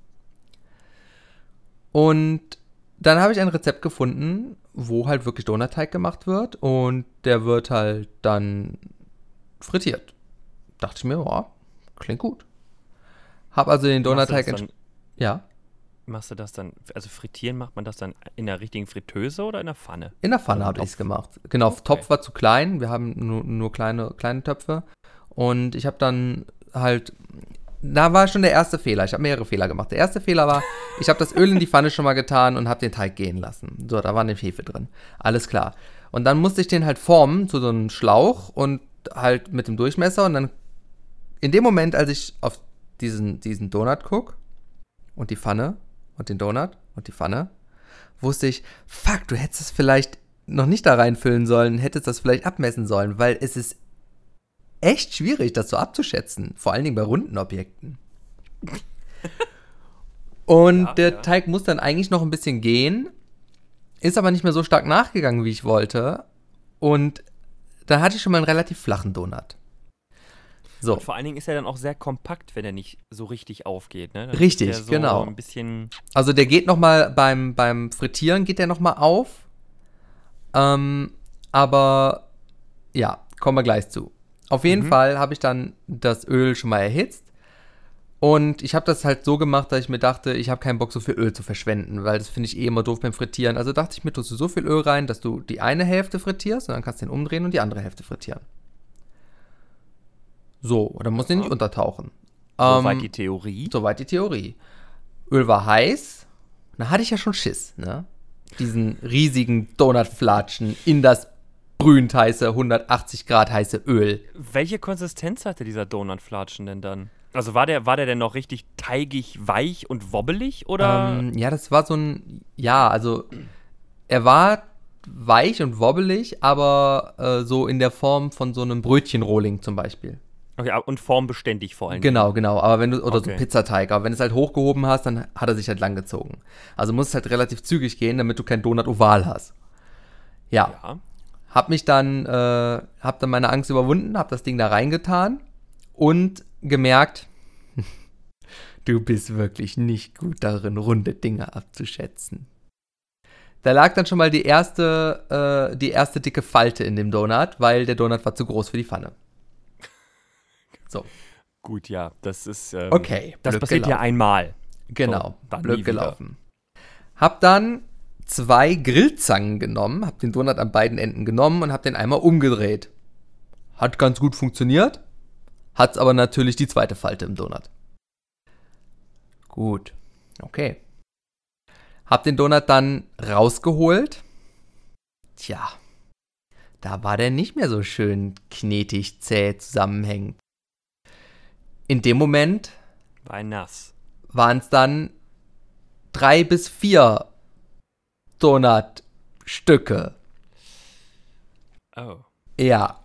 [SPEAKER 2] Und dann habe ich ein Rezept gefunden, wo halt wirklich Donutteig gemacht wird und der wird halt dann frittiert. Dachte ich mir, ja, klingt gut. Hab also den
[SPEAKER 1] Machst du
[SPEAKER 2] Donutteig
[SPEAKER 1] das
[SPEAKER 2] ents-
[SPEAKER 1] dann-
[SPEAKER 2] ja,
[SPEAKER 1] Machst du das dann, also frittieren, macht man das dann in der richtigen Fritteuse oder in der Pfanne?
[SPEAKER 2] in der Pfanne
[SPEAKER 1] Oder
[SPEAKER 2] habe
[SPEAKER 1] im
[SPEAKER 2] ich es gemacht. Genau,
[SPEAKER 1] Okay.
[SPEAKER 2] Topf war zu klein, wir haben nur, nur kleine, kleine Töpfe und ich habe dann halt, da war schon der erste Fehler, ich habe mehrere Fehler gemacht. Der erste Fehler war, ich habe das Öl in die Pfanne schon mal getan und habe den Teig gehen lassen. So, da war eine Hefe drin, alles klar. Und dann musste ich den halt formen zu so einem Schlauch und halt mit dem Durchmesser und dann in dem Moment, als ich auf diesen, diesen Donut gucke und die Pfanne und den Donut und die Pfanne, wusste ich, fuck, du hättest es vielleicht noch nicht da reinfüllen sollen, hättest das vielleicht abmessen sollen, weil es ist echt schwierig, das so abzuschätzen, vor allen Dingen bei runden Objekten. Und
[SPEAKER 1] Ja,
[SPEAKER 2] der
[SPEAKER 1] ja.
[SPEAKER 2] Teig muss dann eigentlich noch ein bisschen gehen, ist aber nicht mehr so stark nachgegangen, wie ich wollte. Und dann hatte ich schon mal einen relativ flachen Donut. So.
[SPEAKER 1] Und vor allen Dingen ist er dann auch sehr kompakt, wenn er nicht so richtig aufgeht, ne? Dann
[SPEAKER 2] Richtig,
[SPEAKER 1] ist er so
[SPEAKER 2] genau.
[SPEAKER 1] ein bisschen,
[SPEAKER 2] Also der geht noch mal beim, beim Frittieren geht der noch mal auf. Ähm, aber ja, kommen wir gleich zu. Auf jeden
[SPEAKER 1] Mhm.
[SPEAKER 2] Fall habe ich dann das Öl schon mal erhitzt. Und ich habe das halt so gemacht, dass ich mir dachte, ich habe keinen Bock, so viel Öl zu verschwenden, weil das finde ich eh immer doof beim Frittieren. Also dachte ich mir, tust du so viel Öl rein, dass du die eine Hälfte frittierst und dann kannst du den umdrehen und die andere Hälfte frittieren. So, dann muss den nicht untertauchen.
[SPEAKER 1] soweit
[SPEAKER 2] Ähm,
[SPEAKER 1] die Theorie.
[SPEAKER 2] Soweit die Theorie. Öl war heiß. Da hatte ich ja schon Schiss, ne? Diesen riesigen Donutflatschen in das brühend heiße, hundertachtzig Grad heiße Öl.
[SPEAKER 1] Welche Konsistenz hatte dieser Donutflatschen denn dann? Also war der, war der denn noch richtig teigig, weich und wobbelig oder?
[SPEAKER 2] Ähm, ja, das war so ein, ja, also er war weich und wobbelig, aber äh, so in der Form von so einem Brötchenrohling zum Beispiel.
[SPEAKER 1] Okay, und formbeständig vor allem.
[SPEAKER 2] Genau, genau. Aber wenn du, oder
[SPEAKER 1] Okay.
[SPEAKER 2] so Pizzateig, aber wenn du es halt hochgehoben hast, dann hat er sich halt langgezogen. Also muss es halt relativ zügig gehen, damit du kein Donut oval hast. Ja.
[SPEAKER 1] Ja.
[SPEAKER 2] Hab mich dann, äh, hab dann meine Angst überwunden, hab das Ding da reingetan und gemerkt, du bist wirklich nicht gut darin, runde Dinge abzuschätzen. Da lag dann schon mal die erste, äh, die erste dicke Falte in dem Donut, weil der Donut war zu groß für die Pfanne. So.
[SPEAKER 1] Gut, ja, das ist. Ähm,
[SPEAKER 2] Okay,
[SPEAKER 1] das
[SPEAKER 2] blöd
[SPEAKER 1] passiert ja
[SPEAKER 2] gelaufen.
[SPEAKER 1] einmal.
[SPEAKER 2] Genau,
[SPEAKER 1] So, dann nie
[SPEAKER 2] blöd
[SPEAKER 1] wieder.
[SPEAKER 2] gelaufen. Hab dann zwei Grillzangen genommen, hab den Donut an beiden Enden genommen und hab den einmal umgedreht. Hat ganz gut funktioniert, hat's aber natürlich die zweite Falte im Donut. Gut, okay. Hab den Donut dann rausgeholt. Tja, da war der nicht mehr so schön knetig, zäh zusammenhängend. In dem Moment
[SPEAKER 1] War nass.
[SPEAKER 2] waren es dann drei bis vier Donutstücke.
[SPEAKER 1] Oh.
[SPEAKER 2] Ja.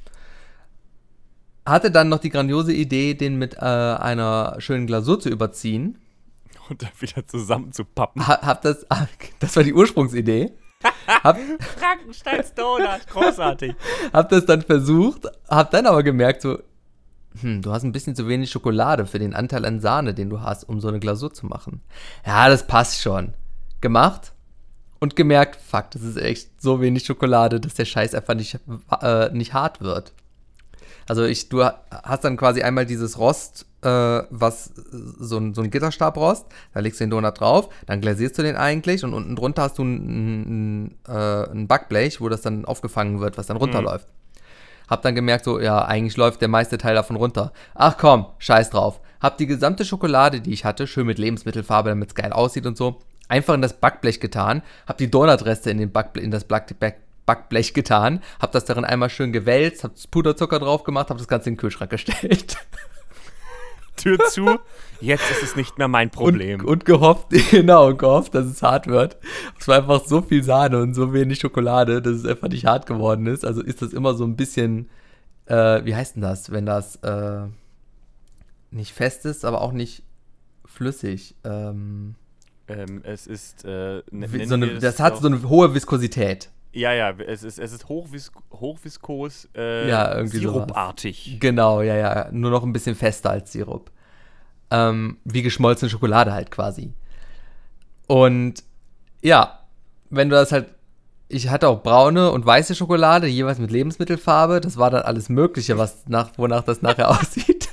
[SPEAKER 2] Hatte dann noch die grandiose Idee, den mit äh, einer schönen Glasur zu überziehen.
[SPEAKER 1] Und dann wieder zusammenzupappen.
[SPEAKER 2] Ha, hab das, das war die Ursprungsidee. Hab,
[SPEAKER 1] Frankensteins Donut, großartig.
[SPEAKER 2] hab das dann versucht, hab dann aber gemerkt, so, hm, du hast ein bisschen zu wenig Schokolade für den Anteil an Sahne, den du hast, um so eine Glasur zu machen. Ja, das passt schon. Gemacht und gemerkt, fuck, das ist echt so wenig Schokolade, dass der Scheiß einfach nicht, äh, nicht hart wird. Also ich, du hast dann quasi einmal dieses Rost, äh, was so ein, so ein Gitterstabrost, da legst du den Donut drauf, dann glasierst du den eigentlich und unten drunter hast du ein, ein, äh, ein Backblech, wo das dann aufgefangen wird, was dann runterläuft. Hab dann gemerkt, so, ja, eigentlich läuft der meiste Teil davon runter. Ach komm, scheiß drauf. Hab die gesamte Schokolade, die ich hatte, schön mit Lebensmittelfarbe, damit es geil aussieht und so, einfach in das Backblech getan, hab die Donutreste in, den Backble- in das Back- Back- Backblech getan, hab das darin einmal schön gewälzt, hab Puderzucker drauf gemacht, hab das Ganze in den Kühlschrank gestellt.
[SPEAKER 1] Tür zu, jetzt ist es nicht mehr mein Problem.
[SPEAKER 2] Und, und gehofft, genau, und gehofft, dass es hart wird. Es war einfach so viel Sahne und so wenig Schokolade, dass es einfach nicht hart geworden ist. Also ist das immer so ein bisschen, äh, wie heißt denn das, wenn das äh, nicht fest ist, aber auch nicht flüssig. Ähm,
[SPEAKER 1] ähm, es ist, äh, ne,
[SPEAKER 2] wie,
[SPEAKER 1] nennen
[SPEAKER 2] so eine,
[SPEAKER 1] wir es
[SPEAKER 2] das hat
[SPEAKER 1] doch-
[SPEAKER 2] so eine hohe Viskosität.
[SPEAKER 1] Ja, ja, es ist, es ist hochvis hochviskos, äh,
[SPEAKER 2] Ja, irgendwie
[SPEAKER 1] sirupartig.
[SPEAKER 2] Genau, ja, ja. Nur noch ein bisschen fester als Sirup. Ähm, wie geschmolzene Schokolade halt quasi. Und ja, wenn du das halt. Ich hatte auch braune und weiße Schokolade, jeweils mit Lebensmittelfarbe. Das war dann alles Mögliche, was nach, wonach das nachher aussieht.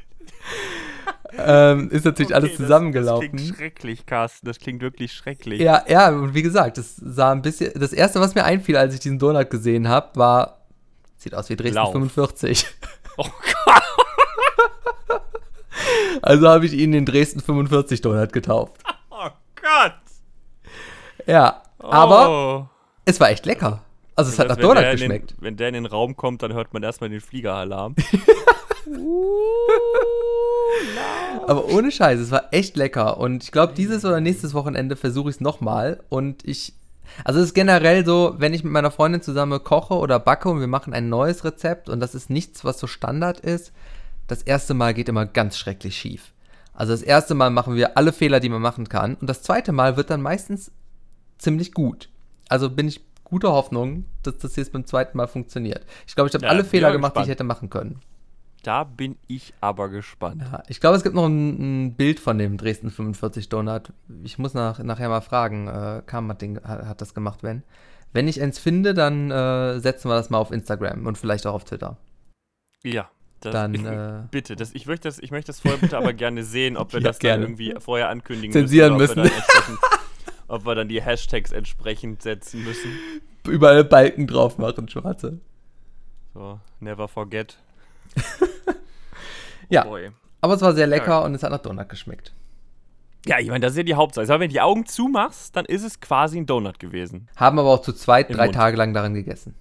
[SPEAKER 2] ähm, ist natürlich alles
[SPEAKER 1] das-
[SPEAKER 2] zusammengelaufen.
[SPEAKER 1] Das klingt schrecklich, Carsten, das klingt wirklich schrecklich.
[SPEAKER 2] Ja, ja, und wie gesagt, das sah ein bisschen. Das erste, was mir einfiel, als ich diesen Donut gesehen habe, war. Sieht aus wie Dresden
[SPEAKER 1] Lauf.
[SPEAKER 2] fünfundvierzig.
[SPEAKER 1] Oh Gott.
[SPEAKER 2] Also habe ich ihnen den Dresden fünfundvierzig Donut getauft.
[SPEAKER 1] Oh Gott.
[SPEAKER 2] Ja,
[SPEAKER 1] Oh.
[SPEAKER 2] aber es war echt lecker. Also es hat nach
[SPEAKER 1] Wenn
[SPEAKER 2] Donut
[SPEAKER 1] der in
[SPEAKER 2] geschmeckt.
[SPEAKER 1] Den, wenn der in den Raum kommt, dann hört man erstmal den Fliegeralarm.
[SPEAKER 2] Aber ohne Scheiß, es war echt lecker. Und ich glaube, dieses oder nächstes Wochenende versuche ich es nochmal. Und ich, also es ist generell so, wenn ich mit meiner Freundin zusammen koche oder backe und wir machen ein neues Rezept und das ist nichts, was so Standard ist, das erste Mal geht immer ganz schrecklich schief. Also das erste Mal machen wir alle Fehler, die man machen kann. Und das zweite Mal wird dann meistens ziemlich gut. Also bin ich guter Hoffnung, dass das jetzt beim zweiten Mal funktioniert. Ich glaube, ich habe
[SPEAKER 1] Ja,
[SPEAKER 2] alle
[SPEAKER 1] bin
[SPEAKER 2] Fehler
[SPEAKER 1] mal
[SPEAKER 2] gemacht, die ich
[SPEAKER 1] gespannt.
[SPEAKER 2] hätte machen können.
[SPEAKER 1] Da bin ich aber gespannt.
[SPEAKER 2] Ja, ich glaube, es gibt noch ein, ein Bild von dem Dresden fünfundvierzig Donut. Ich muss nach, nachher mal fragen. Äh, Kam hat, den, hat, hat das gemacht, wenn. Wenn ich eins finde, dann äh, setzen wir das mal auf Instagram und vielleicht auch auf Twitter.
[SPEAKER 1] Ja. Das,
[SPEAKER 2] Dann,
[SPEAKER 1] ich,
[SPEAKER 2] äh,
[SPEAKER 1] bitte, das, ich, möchte das, ich möchte das vorher bitte aber gerne sehen, ob wir
[SPEAKER 2] Ja,
[SPEAKER 1] das dann
[SPEAKER 2] gerne.
[SPEAKER 1] irgendwie vorher ankündigen
[SPEAKER 2] Zensieren
[SPEAKER 1] müssen. oder
[SPEAKER 2] müssen.
[SPEAKER 1] Ob wir, dann entsprechend- ob wir dann die Hashtags entsprechend setzen müssen.
[SPEAKER 2] Überall Balken drauf machen, schwarze.
[SPEAKER 1] So, never forget.
[SPEAKER 2] Ja.
[SPEAKER 1] Boy.
[SPEAKER 2] Aber es war sehr lecker
[SPEAKER 1] Ja.
[SPEAKER 2] und es hat nach Donut geschmeckt.
[SPEAKER 1] Ja, ich meine, das ist ja die Hauptsache. Aber wenn du die Augen zumachst, dann ist es quasi ein Donut gewesen.
[SPEAKER 2] Haben aber auch zu zweit
[SPEAKER 1] Im
[SPEAKER 2] drei
[SPEAKER 1] Mund.
[SPEAKER 2] Tage lang daran gegessen.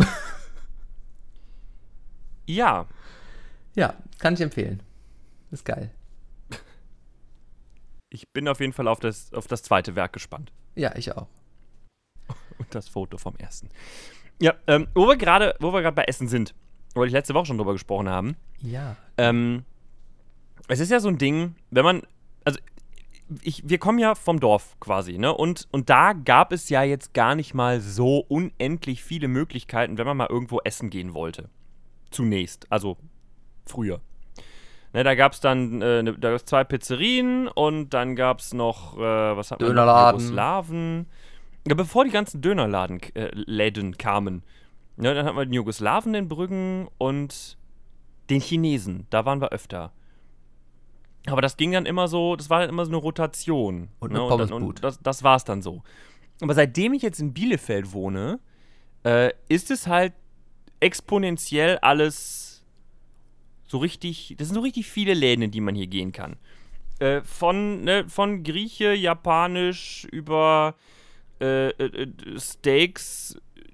[SPEAKER 1] Ja,
[SPEAKER 2] Ja, kann ich empfehlen. Ist geil.
[SPEAKER 1] ich bin auf jeden Fall auf das, auf das zweite Werk gespannt.
[SPEAKER 2] Ja, ich auch.
[SPEAKER 1] Und das Foto vom ersten. Ja, ähm, wo wir gerade wo wir gerade bei Essen sind. wollte ich letzte Woche schon drüber gesprochen haben.
[SPEAKER 2] Ja.
[SPEAKER 1] Ähm, es ist ja so ein Ding, wenn man, also ich, wir kommen ja vom Dorf quasi, ne? Und, und da gab es ja jetzt gar nicht mal so unendlich viele Möglichkeiten, wenn man mal irgendwo essen gehen wollte. Zunächst, also früher. Ne, da gab es dann äh, ne, da gab's zwei Pizzerien und dann gab es noch, äh, was hat man noch?
[SPEAKER 2] Dönerladen.
[SPEAKER 1] Jugoslawen. Ja, bevor die ganzen Dönerladen äh, Läden kamen. Ne, dann hatten wir den Jugoslawen in Brüggen und den Chinesen. Da waren wir öfter. Aber das ging dann immer so, das war dann immer so eine Rotation.
[SPEAKER 2] Und
[SPEAKER 1] ne?
[SPEAKER 2] eine
[SPEAKER 1] und, dann,
[SPEAKER 2] Pommesbude.
[SPEAKER 1] und das, das war es dann so. Aber seitdem ich jetzt in Bielefeld wohne, äh, ist es halt exponentiell alles so richtig, das sind so richtig viele Läden, in die man hier gehen kann. Äh, von, ne, von Grieche, Japanisch über äh, äh, Steaks,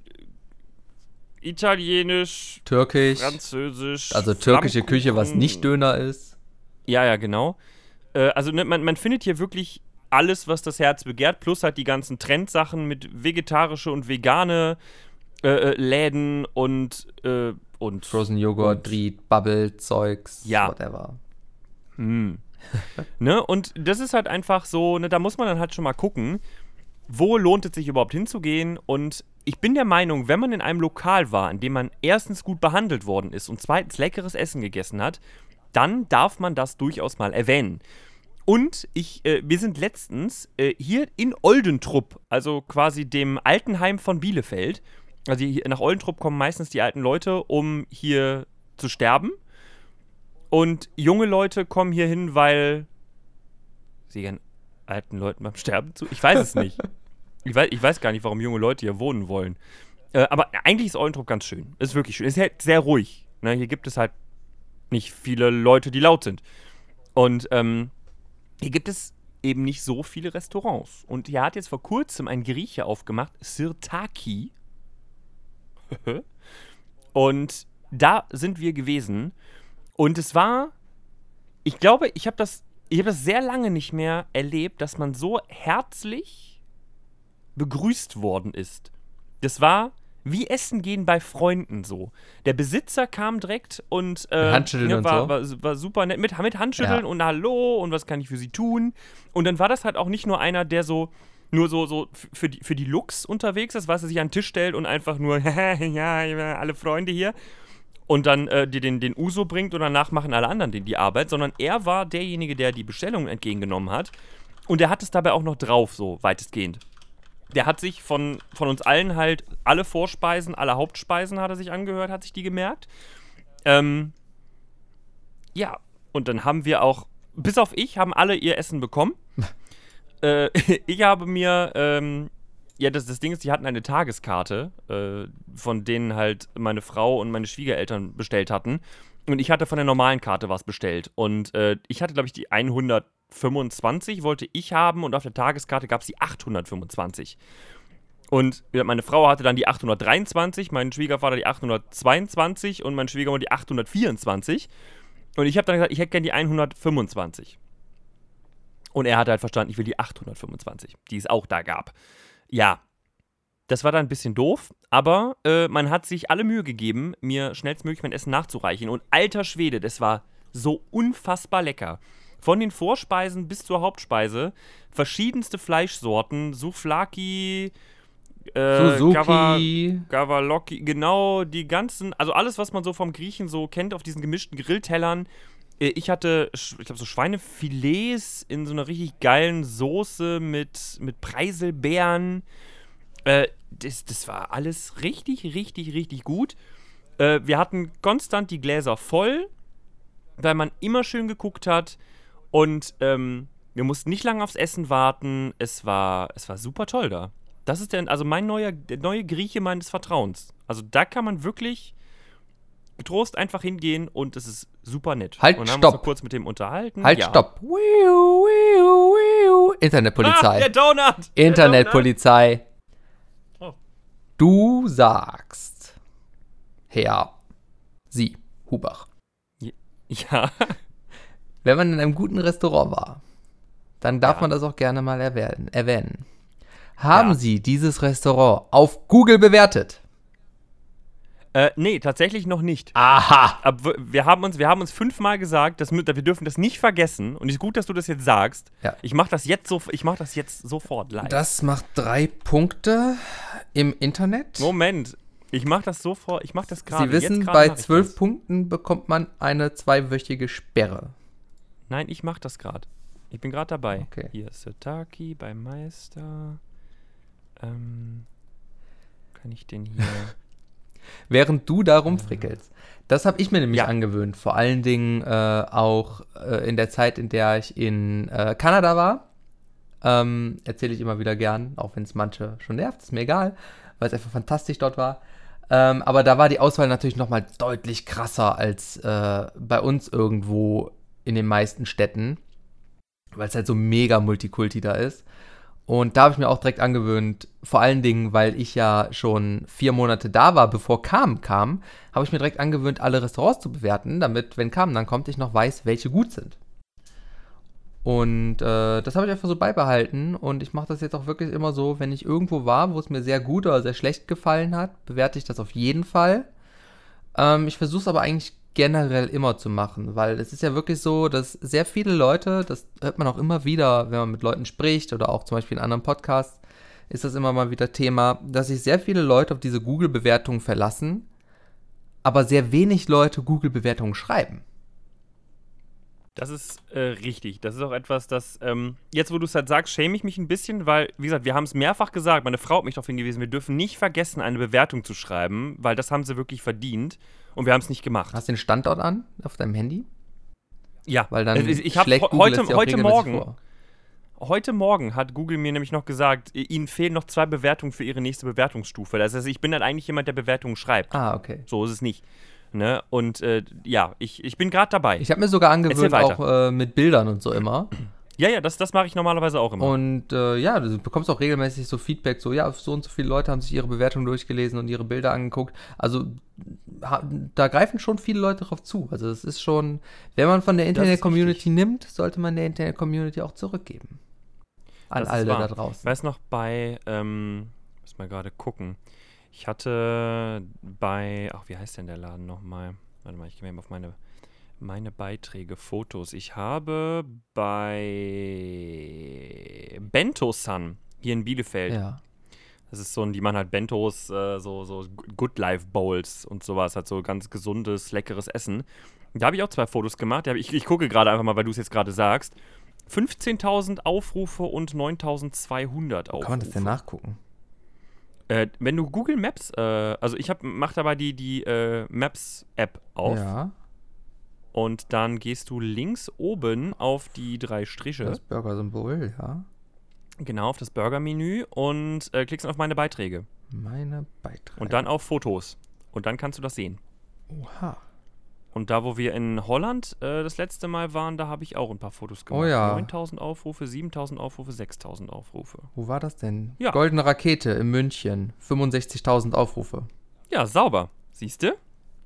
[SPEAKER 1] Italienisch,
[SPEAKER 2] Türkisch.
[SPEAKER 1] Französisch.
[SPEAKER 2] Also türkische
[SPEAKER 1] Flammkuchen.
[SPEAKER 2] Küche, was nicht Döner ist.
[SPEAKER 1] Ja, ja, genau. Äh, also ne, man, man findet hier wirklich alles, was das Herz begehrt, plus halt die ganzen Trendsachen mit vegetarische und vegane äh, äh, Läden und, äh, und
[SPEAKER 2] Frozen Joghurt,
[SPEAKER 1] und,
[SPEAKER 2] Dried, Bubble, Zeugs,
[SPEAKER 1] ja.
[SPEAKER 2] whatever.
[SPEAKER 1] Hm. ne? Und das ist halt einfach so, ne, da muss man dann halt schon mal gucken, wo lohnt es sich überhaupt hinzugehen. Und ich bin der Meinung, wenn man in einem Lokal war, in dem man erstens gut behandelt worden ist und zweitens leckeres Essen gegessen hat, dann darf man das durchaus mal erwähnen. Und ich, äh, wir sind letztens äh, hier in Oldentrupp, also quasi dem Altenheim von Bielefeld. Also hier, nach Oldentrupp kommen meistens die alten Leute, um hier zu sterben. Und junge Leute kommen hier hin, weil sie gern alten Leuten beim Sterben zu. Ich weiß es nicht. ich, weiß, ich weiß gar nicht, warum junge Leute hier wohnen wollen. Äh, aber eigentlich ist Oldentrupp ganz schön. Ist wirklich schön. Ist halt sehr ruhig. Ne? Hier gibt es halt nicht viele Leute, die laut sind. Und ähm, hier gibt es eben nicht so viele Restaurants. Und hier hat jetzt vor kurzem ein Grieche aufgemacht, Sirtaki. Und da sind wir gewesen. Und es war, ich glaube, ich habe das, ich habe das sehr lange nicht mehr erlebt, dass man so herzlich begrüßt worden ist. Das war wie Essen gehen bei Freunden so. Der Besitzer kam direkt und äh,
[SPEAKER 2] Handschütteln
[SPEAKER 1] ne,
[SPEAKER 2] und
[SPEAKER 1] war,
[SPEAKER 2] so.
[SPEAKER 1] war, war super nett. Mit, mit Handschütteln
[SPEAKER 2] Ja.
[SPEAKER 1] und Hallo und was kann ich für sie tun. Und dann war das halt auch nicht nur einer, der so nur so, so für, die, für die Looks unterwegs ist, was er sich an den Tisch stellt und einfach nur, ja, alle Freunde hier. Und dann äh, dir den, den Uso bringt und danach machen alle anderen die, die Arbeit, sondern er war derjenige, der die Bestellung entgegengenommen hat. Und er hat es dabei auch noch drauf, so weitestgehend. Der hat sich von, von uns allen halt alle Vorspeisen, alle Hauptspeisen hat er sich angehört, hat sich die gemerkt. Ähm, ja, und dann haben wir auch, bis auf ich, haben alle ihr Essen bekommen. äh, ich habe mir, ähm, ja, das, das Ding ist, die hatten eine Tageskarte, äh, von denen halt meine Frau und meine Schwiegereltern bestellt hatten. Und ich hatte von der normalen Karte was bestellt. Und äh, ich hatte, glaube ich, die hundertfünfundzwanzig wollte ich haben und auf der Tageskarte gab es die achthundertfünfundzwanzig. Und ja, meine Frau hatte dann die achthundertdreiundzwanzig, mein Schwiegervater die achthundertzweiundzwanzig und mein Schwiegermann die achthundertvierundzwanzig. Und ich habe dann gesagt, ich hätte gerne die hundertfünfundzwanzig. Und er hat halt verstanden, ich will die achthundertfünfundzwanzig, die es auch da gab. Ja, das war dann ein bisschen doof, aber äh, man hat sich alle Mühe gegeben, mir schnellstmöglich mein Essen nachzureichen. Und alter Schwede, das war so unfassbar lecker. Von den Vorspeisen bis zur Hauptspeise, verschiedenste Fleischsorten, Souvlaki, äh,
[SPEAKER 2] Suzuki.
[SPEAKER 1] Gava, Gavalocki, genau, die ganzen, also alles, was man so vom Griechen so kennt, auf diesen gemischten Grilltellern. Äh, ich hatte, ich glaube, so Schweinefilets in so einer richtig geilen Soße mit, mit Preiselbeeren. Äh, das, das war alles richtig, richtig, richtig gut. Äh, wir hatten konstant die Gläser voll, weil man immer schön geguckt hat. Und ähm, wir mussten nicht lange aufs Essen warten. Es war, es war super toll da. Das ist der, also mein neuer, der neue Grieche meines Vertrauens. Also da kann man wirklich getrost einfach hingehen und es ist super nett.
[SPEAKER 2] Halt,
[SPEAKER 1] und dann haben
[SPEAKER 2] stopp.
[SPEAKER 1] wir uns so kurz mit dem unterhalten.
[SPEAKER 2] Halt,
[SPEAKER 1] ja.
[SPEAKER 2] stopp. Wiu, wiu, wiu. Internetpolizei.
[SPEAKER 1] Ah, der Donut!
[SPEAKER 2] Internetpolizei.
[SPEAKER 1] Oh.
[SPEAKER 2] Du sagst, Herr, Sie, Hubach,
[SPEAKER 1] Ja.
[SPEAKER 2] wenn man in einem guten Restaurant war, dann darf
[SPEAKER 1] Ja.
[SPEAKER 2] man das auch gerne mal erwähnen. erwähnen. Haben
[SPEAKER 1] Ja.
[SPEAKER 2] Sie dieses Restaurant auf Google bewertet?
[SPEAKER 1] Äh, nee, tatsächlich noch nicht.
[SPEAKER 2] Aha!
[SPEAKER 1] Aber wir haben uns, wir haben uns fünfmal gesagt, dass, wir dürfen das nicht vergessen. Und es ist gut, dass du das jetzt sagst.
[SPEAKER 2] Ja.
[SPEAKER 1] Ich mache das, jetzt so, ich mach das jetzt sofort live.
[SPEAKER 2] Das macht drei Punkte im Internet.
[SPEAKER 1] Moment, ich mache das sofort, ich mache das gerade.
[SPEAKER 2] Sie wissen,
[SPEAKER 1] jetzt
[SPEAKER 2] bei
[SPEAKER 1] mach ich
[SPEAKER 2] zwölf
[SPEAKER 1] das.
[SPEAKER 2] Punkten bekommt man eine zweiwöchige Sperre.
[SPEAKER 1] Nein, ich mache das gerade. Ich bin gerade dabei.
[SPEAKER 2] Okay.
[SPEAKER 1] Hier ist Sirtaki beim Meister. Ähm, kann ich den hier...
[SPEAKER 2] Während du da rumfrickelst. Das habe ich mir nämlich
[SPEAKER 1] Ja.
[SPEAKER 2] angewöhnt. Vor allen Dingen äh, auch äh, in der Zeit, in der ich in äh, Kanada war. Ähm, erzähle ich immer wieder gern, auch wenn es manche schon nervt, ist mir egal, weil es einfach fantastisch dort war. Ähm, aber da war die Auswahl natürlich nochmal deutlich krasser als äh, bei uns irgendwo in den meisten Städten, weil es halt so mega Multikulti da ist. Und da habe ich mir auch direkt angewöhnt, vor allen Dingen, weil ich ja schon vier Monate da war, bevor Carmen kam, habe ich mir direkt angewöhnt, alle Restaurants zu bewerten, damit, wenn Carmen dann kommt, ich noch weiß, welche gut sind. Und äh, das habe ich einfach so beibehalten und ich mache das jetzt auch wirklich immer so, wenn ich irgendwo war, wo es mir sehr gut oder sehr schlecht gefallen hat, bewerte ich das auf jeden Fall. Ähm, ich versuche es aber eigentlich generell immer zu machen, weil es ist ja wirklich so, dass sehr viele Leute, das hört man auch immer wieder, wenn man mit Leuten spricht oder auch zum Beispiel in anderen Podcasts, ist das immer mal wieder Thema, dass sich sehr viele Leute auf diese Google-Bewertungen verlassen, aber sehr wenig Leute Google-Bewertungen schreiben.
[SPEAKER 1] Das ist äh, richtig. Das ist auch etwas, das, ähm, jetzt wo du es halt sagst, schäme ich mich ein bisschen, weil, wie gesagt, wir haben es mehrfach gesagt, meine Frau hat mich darauf hingewiesen, wir dürfen nicht vergessen, eine Bewertung zu schreiben, weil das haben sie wirklich verdient und wir haben es nicht gemacht.
[SPEAKER 2] Hast du den Standort an auf deinem Handy?
[SPEAKER 1] Ja,
[SPEAKER 2] Weil dann
[SPEAKER 1] äh, ich hab,
[SPEAKER 2] schlägt Google
[SPEAKER 1] heute,
[SPEAKER 2] es dir auch
[SPEAKER 1] heute
[SPEAKER 2] regelmäßig
[SPEAKER 1] Morgen,
[SPEAKER 2] vor.
[SPEAKER 1] heute Morgen hat Google mir nämlich noch gesagt, ihnen fehlen noch zwei Bewertungen für ihre nächste Bewertungsstufe. Das heißt, ich bin dann eigentlich jemand, der Bewertungen schreibt.
[SPEAKER 2] Ah, okay.
[SPEAKER 1] So ist es nicht. Ne? Und äh, ja, ich, ich bin gerade dabei.
[SPEAKER 2] Ich habe mir sogar angewöhnt,
[SPEAKER 1] Erzähl weiter.
[SPEAKER 2] auch äh, mit Bildern und so immer.
[SPEAKER 1] Ja, ja, das, das mache ich normalerweise auch immer.
[SPEAKER 2] Und äh, ja, du bekommst auch regelmäßig so Feedback, so ja, so und so viele Leute haben sich ihre Bewertung durchgelesen und ihre Bilder angeguckt. Also ha, da greifen schon viele Leute drauf zu. Also es ist schon, wenn man von der Internet-Community nimmt, sollte man der Internet-Community auch zurückgeben. An
[SPEAKER 1] Das ist
[SPEAKER 2] alle
[SPEAKER 1] wahr.
[SPEAKER 2] da
[SPEAKER 1] Ich
[SPEAKER 2] draußen.
[SPEAKER 1] weiß noch bei, ähm, muss mal gerade gucken. Ich hatte bei, ach, wie heißt denn der Laden nochmal? Warte mal, ich gehe mal auf meine, meine Beiträge, Fotos. Ich habe bei Bento-San hier in Bielefeld.
[SPEAKER 2] Ja.
[SPEAKER 1] Das ist so ein, die machen halt Bentos, äh, so, so Good Life Bowls und sowas, halt so ganz gesundes, leckeres Essen. Da habe ich auch zwei Fotos gemacht. Da hab ich, ich gucke gerade einfach mal, weil du es jetzt gerade sagst. fünfzehntausend Aufrufe und neuntausendzweihundert Aufrufe.
[SPEAKER 2] Kann man das denn nachgucken?
[SPEAKER 1] Äh, wenn du Google Maps, äh, also ich hab, mach dabei die, die äh, Maps-App auf
[SPEAKER 2] Ja,
[SPEAKER 1] und dann gehst du links oben auf die drei Striche,
[SPEAKER 2] das Burger-Symbol, ja.
[SPEAKER 1] genau, auf das Burger-Menü und äh, klickst auf meine Beiträge
[SPEAKER 2] Meine Beiträge.
[SPEAKER 1] und dann auf Fotos und dann kannst du das sehen.
[SPEAKER 2] Oha.
[SPEAKER 1] Und da, wo wir in Holland äh, das letzte Mal waren, da habe ich auch ein paar Fotos gemacht.
[SPEAKER 2] Oh ja.
[SPEAKER 1] neuntausend Aufrufe, siebentausend Aufrufe, sechstausend Aufrufe.
[SPEAKER 2] Wo war das denn?
[SPEAKER 1] Ja.
[SPEAKER 2] Goldene Rakete in München. fünfundsechzigtausend Aufrufe.
[SPEAKER 1] Ja, sauber. Siehst du?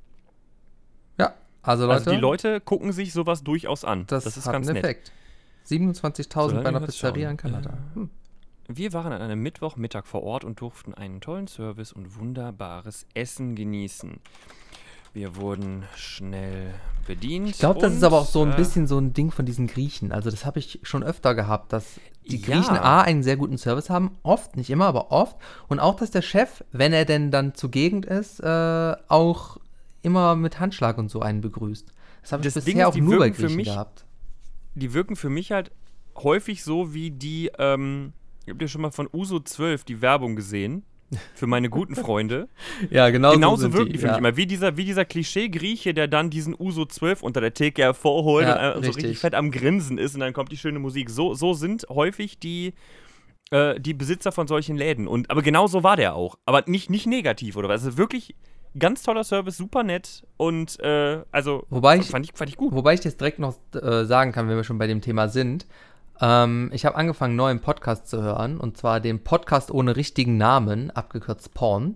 [SPEAKER 2] Ja, also Leute,
[SPEAKER 1] Also die Leute gucken sich sowas durchaus an.
[SPEAKER 2] das,
[SPEAKER 1] Das, ist
[SPEAKER 2] hat
[SPEAKER 1] ganz
[SPEAKER 2] einen
[SPEAKER 1] nett.
[SPEAKER 2] Effekt. siebenundzwanzigtausend
[SPEAKER 1] So,
[SPEAKER 2] bei einer
[SPEAKER 1] lass mich
[SPEAKER 2] Pizzeria
[SPEAKER 1] schauen.
[SPEAKER 2] in Kanada.
[SPEAKER 1] Äh,
[SPEAKER 2] Hm.
[SPEAKER 1] Wir waren an einem Mittwochmittag vor Ort und durften einen tollen Service und wunderbares Essen genießen. Wir wurden schnell bedient.
[SPEAKER 2] Ich glaube, das
[SPEAKER 1] und,
[SPEAKER 2] ist aber auch so ein
[SPEAKER 1] äh,
[SPEAKER 2] bisschen so ein Ding von diesen Griechen. Also das habe ich schon öfter gehabt, dass die
[SPEAKER 1] Ja.
[SPEAKER 2] Griechen A, einen sehr guten Service haben. Oft, nicht immer, aber oft. Und auch, dass der Chef, wenn er denn dann zugegen ist, äh, auch immer mit Handschlag und so einen begrüßt. Das habe ich
[SPEAKER 1] Das Ding
[SPEAKER 2] bisher
[SPEAKER 1] ist,
[SPEAKER 2] auch
[SPEAKER 1] die
[SPEAKER 2] nur bei
[SPEAKER 1] wirken für
[SPEAKER 2] Griechen
[SPEAKER 1] mich-
[SPEAKER 2] gehabt.
[SPEAKER 1] Die wirken für mich halt häufig so wie die, ähm, habt ihr schon mal von Uso zwölf die Werbung gesehen? Für meine guten Freunde.
[SPEAKER 2] Ja, genau
[SPEAKER 1] Genauso
[SPEAKER 2] sind
[SPEAKER 1] wirken die für
[SPEAKER 2] ja.
[SPEAKER 1] mich immer. Wie dieser, wie dieser Klischee-Grieche, der dann diesen Uso zwölf unter der Theke hervorholt
[SPEAKER 2] Ja,
[SPEAKER 1] und äh, so
[SPEAKER 2] richtig.
[SPEAKER 1] richtig fett am Grinsen ist und dann kommt die schöne Musik. So, so sind häufig die, äh, die Besitzer von solchen Läden. Und, aber genau so war der auch. Aber nicht, nicht negativ oder was. Also wirklich ganz toller Service, super nett und äh, also
[SPEAKER 2] Wobei ich,
[SPEAKER 1] fand, ich, fand ich gut.
[SPEAKER 2] Wobei ich jetzt direkt noch äh, sagen kann, wenn wir schon bei dem Thema sind. Ähm, ich habe angefangen, einen neuen Podcast zu hören. Und zwar den Podcast ohne richtigen Namen, abgekürzt Porn.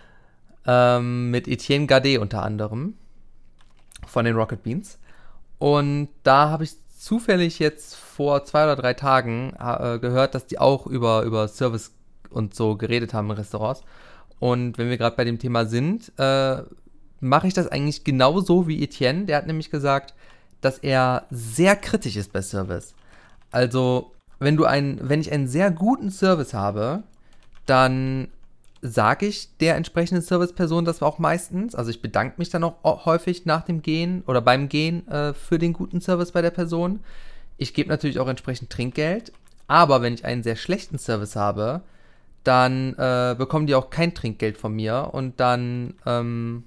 [SPEAKER 2] Ähm, mit Etienne Gade unter anderem. Von den Rocket Beans. Und da habe ich zufällig jetzt vor zwei oder drei Tagen äh, gehört, dass die auch über, über Service und so geredet haben in Restaurants. Und wenn wir gerade bei dem Thema sind, äh, mache ich das eigentlich genauso wie Etienne. Der hat nämlich gesagt, dass er sehr kritisch ist bei Service. Also, wenn du ein, wenn ich einen sehr guten Service habe, dann sage ich der entsprechenden Serviceperson das auch meistens. Also ich bedanke mich dann auch häufig nach dem Gehen oder beim Gehen äh, für den guten Service bei der Person. Ich gebe natürlich auch entsprechend Trinkgeld. Aber wenn ich einen sehr schlechten Service habe, dann äh, bekommen die auch kein Trinkgeld von mir. Und dann, ähm,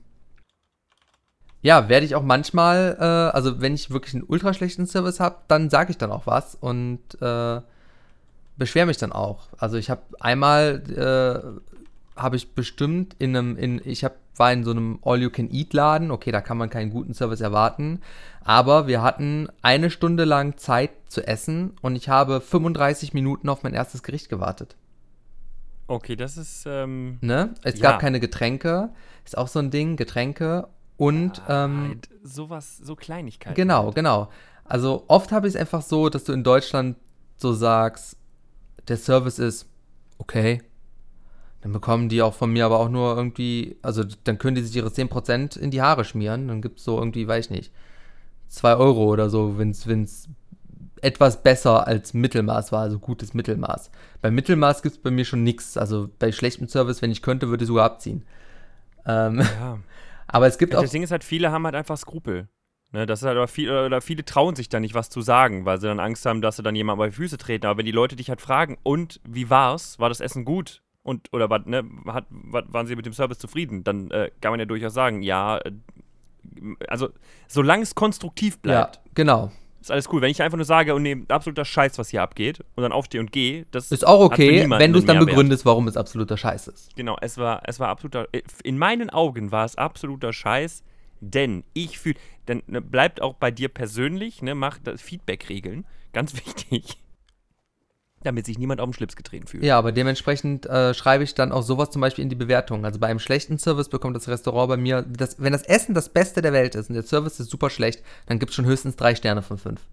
[SPEAKER 2] ja, werde ich auch manchmal, äh, also wenn ich wirklich einen ultra schlechten Service habe, dann sage ich dann auch was und äh, beschwere mich dann auch. Also ich habe einmal... Äh, habe ich bestimmt in einem, in, ich hab, war in so einem All-You-Can-Eat-Laden, okay, da kann man keinen guten Service erwarten, aber wir hatten eine Stunde lang Zeit zu essen und ich habe fünfunddreißig Minuten auf mein erstes Gericht gewartet.
[SPEAKER 1] Okay, das ist, ähm,
[SPEAKER 2] Ne? Es
[SPEAKER 1] ja.
[SPEAKER 2] gab keine Getränke, ist auch so ein Ding, Getränke und,
[SPEAKER 1] ah,
[SPEAKER 2] ähm,
[SPEAKER 1] sowas, so Kleinigkeiten.
[SPEAKER 2] genau,
[SPEAKER 1] halt.
[SPEAKER 2] genau. Also oft habe ich es einfach so, dass du in Deutschland so sagst, der Service ist okay. Dann bekommen die auch von mir aber auch nur irgendwie, also dann können die sich ihre zehn Prozent in die Haare schmieren. Dann gibt es so irgendwie, weiß ich nicht, zwei Euro oder so, wenn es etwas besser als Mittelmaß war, also gutes Mittelmaß. Bei Mittelmaß gibt es bei mir schon nichts. Also bei schlechtem Service, wenn ich könnte, würde ich sogar abziehen. Ähm,
[SPEAKER 1] Ja.
[SPEAKER 2] aber es gibt
[SPEAKER 1] Ja,
[SPEAKER 2] auch...
[SPEAKER 1] das Ding ist halt, viele haben halt einfach Skrupel. Ne, das ist halt aber viel, oder viele trauen sich da nicht was zu sagen, weil sie dann Angst haben, dass sie dann jemand bei die Füße treten. Aber wenn die Leute dich halt fragen, und wie war's? War das Essen gut? Und, oder war, ne, hat, war, waren sie mit dem Service zufrieden? Dann äh, kann man ja durchaus sagen, ja, äh, also solange es konstruktiv bleibt,
[SPEAKER 2] Ja, genau.
[SPEAKER 1] ist alles cool. Wenn ich einfach nur sage, und nee, absoluter Scheiß, was hier abgeht, und dann aufstehe und gehe, das
[SPEAKER 2] Ist auch
[SPEAKER 1] hat für
[SPEAKER 2] okay,
[SPEAKER 1] niemanden
[SPEAKER 2] wenn du es
[SPEAKER 1] einen
[SPEAKER 2] dann
[SPEAKER 1] Mehrwert.
[SPEAKER 2] begründest, warum es absoluter Scheiß ist.
[SPEAKER 1] Genau, es war, es war absoluter, in meinen Augen war es absoluter Scheiß, denn ich fühle, dann ne, bleibt auch bei dir persönlich, ne, mach das Feedback-Regeln, ganz wichtig, damit sich niemand auf den Schlips getreten fühlt.
[SPEAKER 2] Ja, aber dementsprechend äh, schreibe ich dann auch sowas zum Beispiel in die Bewertung. Also bei einem schlechten Service bekommt das Restaurant bei mir, das, wenn das Essen das Beste der Welt ist und der Service ist super schlecht, dann gibt es schon höchstens drei Sterne von fünf.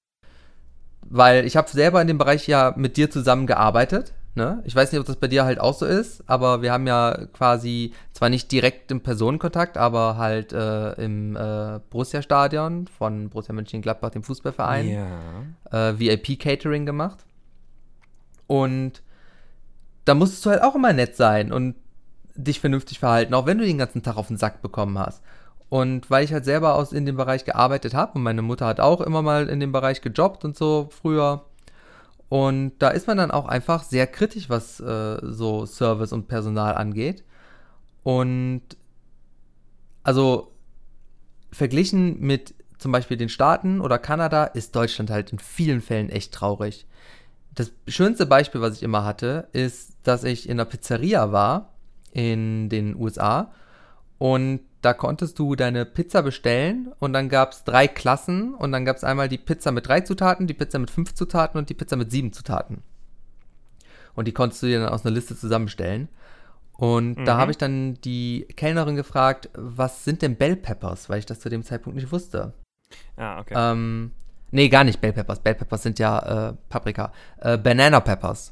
[SPEAKER 2] Weil ich habe selber in dem Bereich ja mit dir zusammen gearbeitet. Ne? Ich weiß nicht, ob das bei dir halt auch so ist, aber wir haben ja quasi zwar nicht direkt im Personenkontakt, aber halt äh, im äh, Borussia-Stadion von Borussia Mönchengladbach, dem Fußballverein,
[SPEAKER 1] Ja.
[SPEAKER 2] äh, V I P-Catering gemacht. Und da musstest du halt auch immer nett sein und dich vernünftig verhalten, auch wenn du den ganzen Tag auf den Sack bekommen hast. Und weil ich halt selber aus in dem Bereich gearbeitet habe und meine Mutter hat auch immer mal in dem Bereich gejobbt und so früher. Und da ist man dann auch einfach sehr kritisch, was äh, so Service und Personal angeht. Und also verglichen mit zum Beispiel den Staaten oder Kanada ist Deutschland halt in vielen Fällen echt traurig. Das schönste Beispiel, was ich immer hatte, ist, dass ich in einer Pizzeria war in den U S A und da konntest du deine Pizza bestellen und dann gab es drei Klassen und dann gab es einmal die Pizza mit drei Zutaten, die Pizza mit fünf Zutaten und die Pizza mit sieben Zutaten. Und die konntest du dir dann aus einer Liste zusammenstellen. Und mhm. da habe ich dann die Kellnerin gefragt, was sind denn Bell Peppers, weil ich das zu dem Zeitpunkt nicht wusste.
[SPEAKER 1] Ah, okay.
[SPEAKER 2] Ähm, nee, gar nicht Bell Peppers. Bell Peppers sind ja äh, Paprika. Äh, Banana Peppers.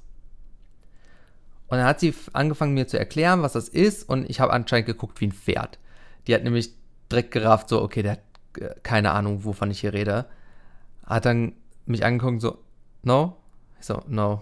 [SPEAKER 2] Und dann hat sie angefangen mir zu erklären, was das ist und ich habe anscheinend geguckt wie ein Pferd. Die hat nämlich direkt gerafft, so, okay, der hat äh, keine Ahnung, wovon ich hier rede. Hat dann mich angeguckt, so, no? Ich so, no.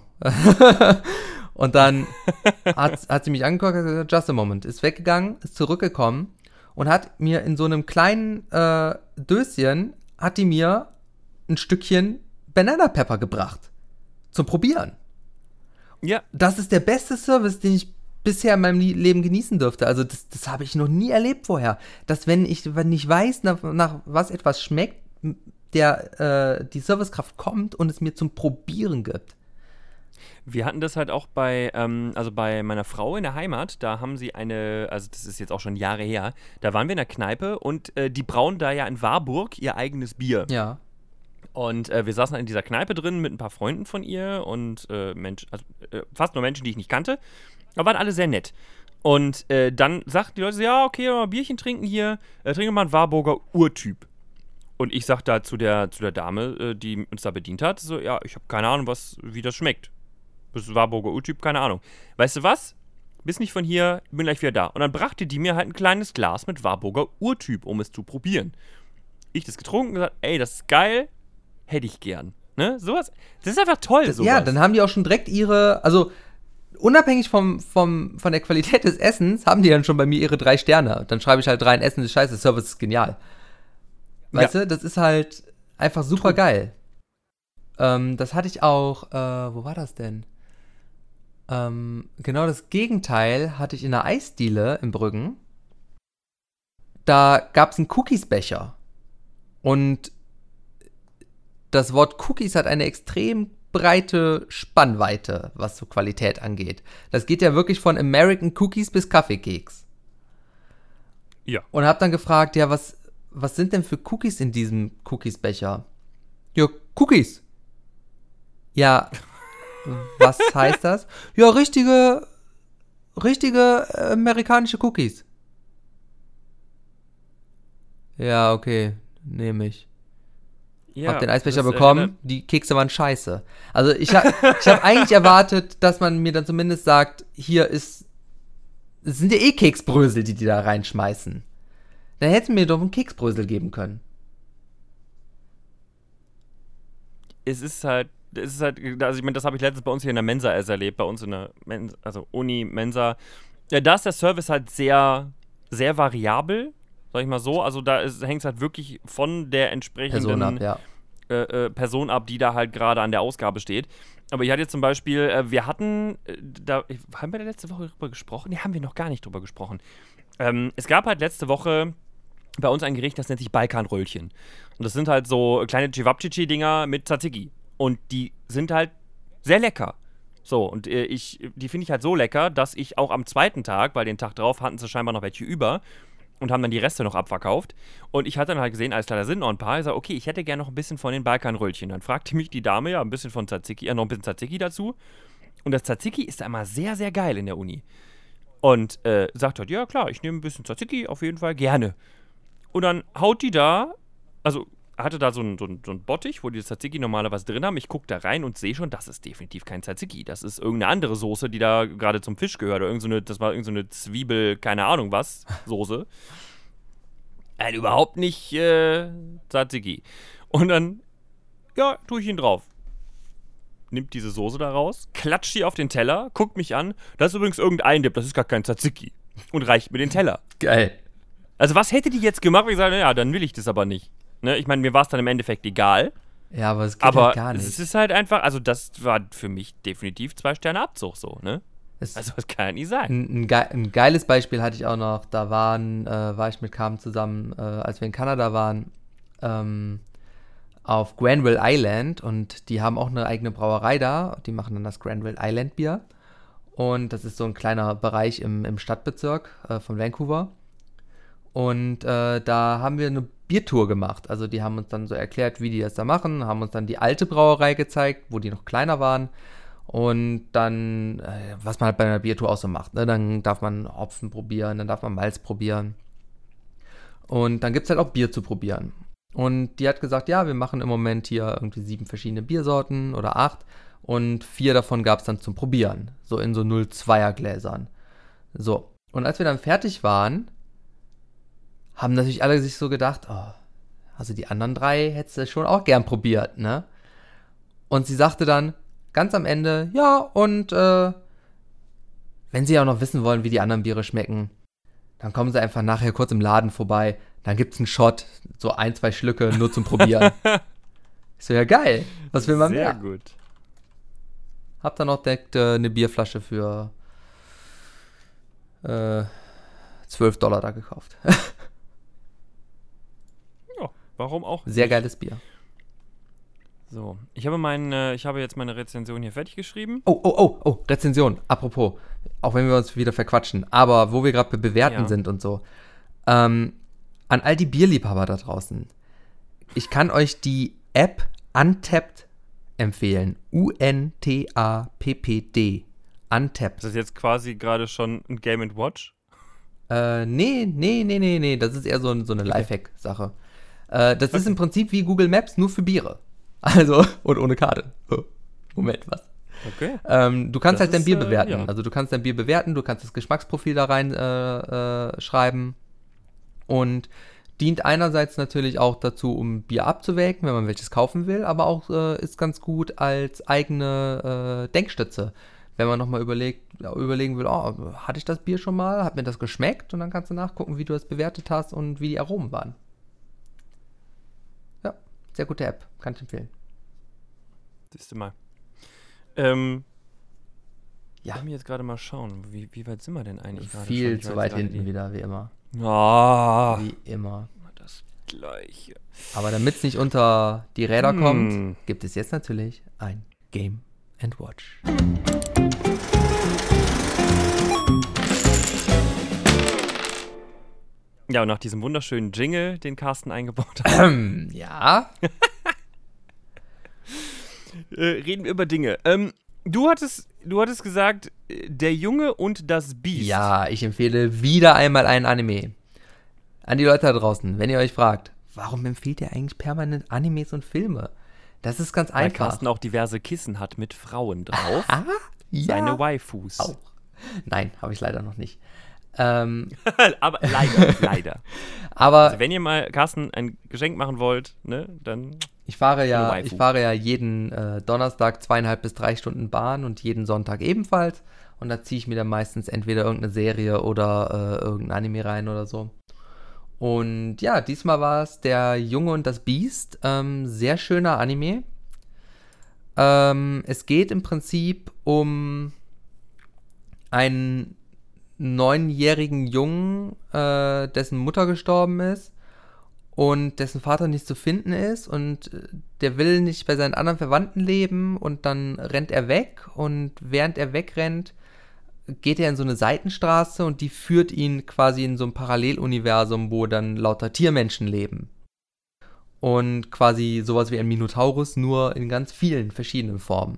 [SPEAKER 2] Und dann hat, hat sie mich angeguckt und gesagt, just a moment. Ist weggegangen, ist zurückgekommen und hat mir in so einem kleinen äh, Döschen, hat die mir ein Stückchen Banana Pepper gebracht. Zum Probieren.
[SPEAKER 1] Ja.
[SPEAKER 2] Das ist der beste Service, den ich bisher in meinem Leben genießen durfte. Also das, das habe ich noch nie erlebt vorher. Dass wenn ich, wenn ich weiß, nach, nach was etwas schmeckt, der, äh, die Servicekraft kommt und es mir zum Probieren gibt.
[SPEAKER 1] Wir hatten das halt auch bei, ähm, also bei meiner Frau in der Heimat, da haben sie eine, also das ist jetzt auch schon Jahre her, da waren wir in der Kneipe und äh, die brauen da ja in Warburg ihr eigenes Bier.
[SPEAKER 2] Ja.
[SPEAKER 1] Und äh, wir saßen in dieser Kneipe drin mit ein paar Freunden von ihr und äh, Mensch, also, äh, fast nur Menschen, die ich nicht kannte, aber waren alle sehr nett. Und äh, dann sagten die Leute so, ja, okay, mal ein Bierchen trinken hier, äh, trinken wir mal einen Warburger Urtyp. Und ich sag da zu der, zu der Dame, äh, die uns da bedient hat, so, ja, ich habe keine Ahnung, was, wie das schmeckt. Das ist Warburger Urtyp, keine Ahnung. Weißt du was? Bist nicht von hier, bin gleich wieder da. Und dann brachte die mir halt ein kleines Glas mit Warburger Urtyp, um es zu probieren. Ich das getrunken und gesagt, ey, das ist geil, hätte ich gern. Ne, sowas, das ist einfach toll,
[SPEAKER 2] das,
[SPEAKER 1] sowas.
[SPEAKER 2] Ja, dann haben die auch schon direkt ihre, also unabhängig vom, vom, von der Qualität des Essens, haben die dann schon bei mir ihre drei Sterne. Dann schreibe ich halt rein, Essen ist scheiße, Service ist genial. Weißt ja. du, das ist halt einfach super True. geil. Ähm, das hatte ich auch, äh, wo war das denn? Ähm, genau das Gegenteil hatte ich in einer Eisdiele in Brüggen. Da gab es einen Cookies-Becher. Und das Wort Cookies hat eine extrem breite Spannweite, was so Qualität angeht. Das geht ja wirklich von American Cookies bis Kaffeekeks.
[SPEAKER 1] Ja.
[SPEAKER 2] Und hab dann gefragt, ja, was, was sind denn für Cookies in diesem Cookies-Becher? Ja, Cookies. Ja, was heißt das? Ja, richtige, richtige amerikanische Cookies. Ja, okay, nehme ich. Ja, hab den Eisbecher bekommen, erinnert. Die Kekse waren scheiße. Also ich habe ich hab eigentlich erwartet, dass man mir dann zumindest sagt, hier ist, es sind ja eh Keksbrösel, die die da reinschmeißen. Dann hätten mir doch einen Keksbrösel geben können.
[SPEAKER 1] Es ist halt, es ist halt, also ich meine, das habe ich letztens bei uns hier in der Mensa erst erlebt, bei uns in der Mensa, also Uni, Mensa. Ja, da ist der Service halt sehr, sehr variabel. Sag ich mal so, also da hängt es halt wirklich von der entsprechenden
[SPEAKER 2] Person ab, ja.
[SPEAKER 1] äh, äh, Person ab, die da halt gerade an der Ausgabe steht. Aber ich hatte jetzt zum Beispiel, äh, wir hatten, äh, da, haben wir da letzte Woche drüber gesprochen? Nee, haben wir noch gar nicht drüber gesprochen. Ähm, es gab halt letzte Woche bei uns ein Gericht, das nennt sich Balkanröllchen. Und das sind halt so kleine Cevapcici-Dinger mit Tzatziki. Und die sind halt sehr lecker. So, und äh, ich, die finde ich halt so lecker, dass ich auch am zweiten Tag, weil den Tag drauf hatten sie scheinbar noch welche über, und haben dann die Reste noch abverkauft. Und ich hatte dann halt gesehen, alles klar, da sind noch ein paar. Ich sage, okay, ich hätte gerne noch ein bisschen von den Balkanröllchen. Dann fragte mich die Dame, ja, ein bisschen von Tzatziki, ja, noch ein bisschen Tzatziki dazu. Und das Tzatziki ist einmal sehr, sehr geil in der Uni. Und äh, sagt halt, ja, klar, ich nehme ein bisschen Tzatziki, auf jeden Fall, gerne. Und dann haut die da, also hatte da so einen so so ein Bottich, wo die Tzatziki normalerweise drin haben. Ich gucke da rein und sehe schon, das ist definitiv kein Tzatziki. Das ist irgendeine andere Soße, die da gerade zum Fisch gehört. Oder irgend so eine, das war irgendeine so Zwiebel, keine Ahnung was, Soße. Halt überhaupt nicht äh, Tzatziki. Und dann, ja, tue ich ihn drauf. Nimmt diese Soße da raus, klatscht die auf den Teller, guckt mich an. Das ist übrigens irgendein Dip, das ist gar kein Tzatziki. Und reicht mir den Teller.
[SPEAKER 2] Geil.
[SPEAKER 1] Also was hätte die jetzt gemacht, wenn ich sage, naja, dann will ich das aber nicht. Ne? Ich meine, mir war es dann im Endeffekt egal.
[SPEAKER 2] Ja, aber es geht
[SPEAKER 1] aber
[SPEAKER 2] halt gar nicht.
[SPEAKER 1] Es ist halt einfach, also das war für mich definitiv zwei Sterne Abzug so, ne?
[SPEAKER 2] Es
[SPEAKER 1] also das kann ja nicht sein.
[SPEAKER 2] Ein, ein, ge- ein geiles Beispiel hatte ich auch noch. Da waren, äh, war ich mit Carmen zusammen, äh, als wir in Kanada waren, ähm, auf Granville Island. Und die haben auch eine eigene Brauerei da. Die machen dann das Granville Island Bier. Und das ist so ein kleiner Bereich im, im Stadtbezirk äh, von Vancouver. Und äh, da haben wir eine Biertour gemacht. Also die haben uns dann so erklärt, wie die das da machen, haben uns dann die alte Brauerei gezeigt, wo die noch kleiner waren. Und dann, äh, was man halt bei einer Biertour auch so macht, ne? Dann darf man Hopfen probieren, dann darf man Malz probieren. Und dann gibt es halt auch Bier zu probieren. Und die hat gesagt, ja, wir machen im Moment hier irgendwie sieben verschiedene Biersorten oder acht. Und vier davon gab es dann zum Probieren. So in so null Komma zweier Gläsern. So. Und als wir dann fertig waren, haben natürlich alle sich so gedacht, oh, also die anderen drei hättest du schon auch gern probiert, ne? Und sie sagte dann ganz am Ende, ja, und äh, wenn sie auch noch wissen wollen, wie die anderen Biere schmecken, dann kommen sie einfach nachher kurz im Laden vorbei, dann gibt's einen Shot, so ein, zwei Schlücke nur zum Probieren. Ich so, ja geil, was will man
[SPEAKER 1] Sehr
[SPEAKER 2] mehr?
[SPEAKER 1] Sehr gut.
[SPEAKER 2] Hab dann noch direkt äh, eine Bierflasche für äh, zwölf Dollar da gekauft.
[SPEAKER 1] Warum auch?
[SPEAKER 2] Sehr geiles Bier.
[SPEAKER 1] So, ich habe mein, äh, ich habe jetzt meine Rezension hier fertig geschrieben.
[SPEAKER 2] Oh, oh, oh, oh, Rezension. Apropos, auch wenn wir uns wieder verquatschen, aber wo wir gerade bei Bewerten
[SPEAKER 1] ja.
[SPEAKER 2] sind und so. Ähm, an all die Bierliebhaber da draußen. Ich kann euch die App Untappd empfehlen. U N T A P P D. Untappd.
[SPEAKER 1] Ist das jetzt quasi gerade schon ein Game and Watch?
[SPEAKER 2] Äh, nee, nee, nee, nee, nee. Das ist eher so, so eine Lifehack-Sache. Äh, das okay. ist im Prinzip wie Google Maps, nur für Biere. Also, und ohne Karte. Oh, Moment, was?
[SPEAKER 1] Okay.
[SPEAKER 2] Ähm, du kannst
[SPEAKER 1] Das
[SPEAKER 2] halt dein
[SPEAKER 1] ist,
[SPEAKER 2] Bier
[SPEAKER 1] äh,
[SPEAKER 2] bewerten.
[SPEAKER 1] ja.
[SPEAKER 2] Also du kannst dein Bier bewerten, du kannst das Geschmacksprofil da rein äh, äh, schreiben und dient einerseits natürlich auch dazu, um Bier abzuwägen, wenn man welches kaufen will, aber auch äh, ist ganz gut als eigene äh, Denkstütze. Wenn man nochmal überlegt, überlegen will, oh, hatte ich das Bier schon mal? Hat mir das geschmeckt? Und dann kannst du nachgucken, wie du es bewertet hast und wie die Aromen waren. Ja, sehr gute App. Kann ich empfehlen.
[SPEAKER 1] Siehst du mal. Ähm,
[SPEAKER 2] Ja.
[SPEAKER 1] Lass mich jetzt gerade mal schauen. Wie, wie weit sind wir denn eigentlich gerade schon?
[SPEAKER 2] Viel
[SPEAKER 1] Ich
[SPEAKER 2] zu
[SPEAKER 1] weiß
[SPEAKER 2] weit
[SPEAKER 1] gerade
[SPEAKER 2] hinten
[SPEAKER 1] die-
[SPEAKER 2] wieder, wie immer.
[SPEAKER 1] Ah,
[SPEAKER 2] Wie immer.
[SPEAKER 1] das Gleiche.
[SPEAKER 2] Aber damit es nicht unter die Räder
[SPEAKER 1] Hm.
[SPEAKER 2] kommt, gibt es jetzt natürlich ein Game and Watch.
[SPEAKER 1] Ja, und nach diesem wunderschönen Jingle, den Carsten eingebaut hat,
[SPEAKER 2] Ähm, ja.
[SPEAKER 1] äh, reden wir über Dinge. Ähm, du hattest, du hattest gesagt, äh, Der Junge und das Biest.
[SPEAKER 2] Ja, ich empfehle wieder einmal einen Anime. An die Leute da draußen, wenn ihr euch fragt, warum empfiehlt ihr eigentlich permanent Animes und Filme? Das ist ganz
[SPEAKER 1] Weil
[SPEAKER 2] einfach.
[SPEAKER 1] Carsten auch diverse Kissen hat mit Frauen drauf.
[SPEAKER 2] Ah, ja.
[SPEAKER 1] Seine Waifus.
[SPEAKER 2] Auch. Nein, habe ich leider noch nicht. Ähm,
[SPEAKER 1] Aber leider, leider.
[SPEAKER 2] aber
[SPEAKER 1] Also wenn ihr mal Carsten ein Geschenk machen wollt, ne, dann
[SPEAKER 2] ich fahre
[SPEAKER 1] eine
[SPEAKER 2] ja,
[SPEAKER 1] Waifu.
[SPEAKER 2] ich fahre ja jeden äh, Donnerstag zweieinhalb bis drei Stunden Bahn und jeden Sonntag ebenfalls. Und da ziehe ich mir dann meistens entweder irgendeine Serie oder äh, irgendein Anime rein oder so. Und ja, diesmal war es Der Junge und das Biest. Ähm, sehr schöner Anime. Ähm, es geht im Prinzip um einen neunjährigen Jungen, äh, dessen Mutter gestorben ist und dessen Vater nicht zu finden ist und äh, der will nicht bei seinen anderen Verwandten leben und dann rennt er weg und während er wegrennt, geht er in so eine Seitenstraße und die führt ihn quasi in so ein Paralleluniversum, wo dann lauter Tiermenschen leben. Und quasi sowas wie ein Minotaurus, nur in ganz vielen verschiedenen Formen.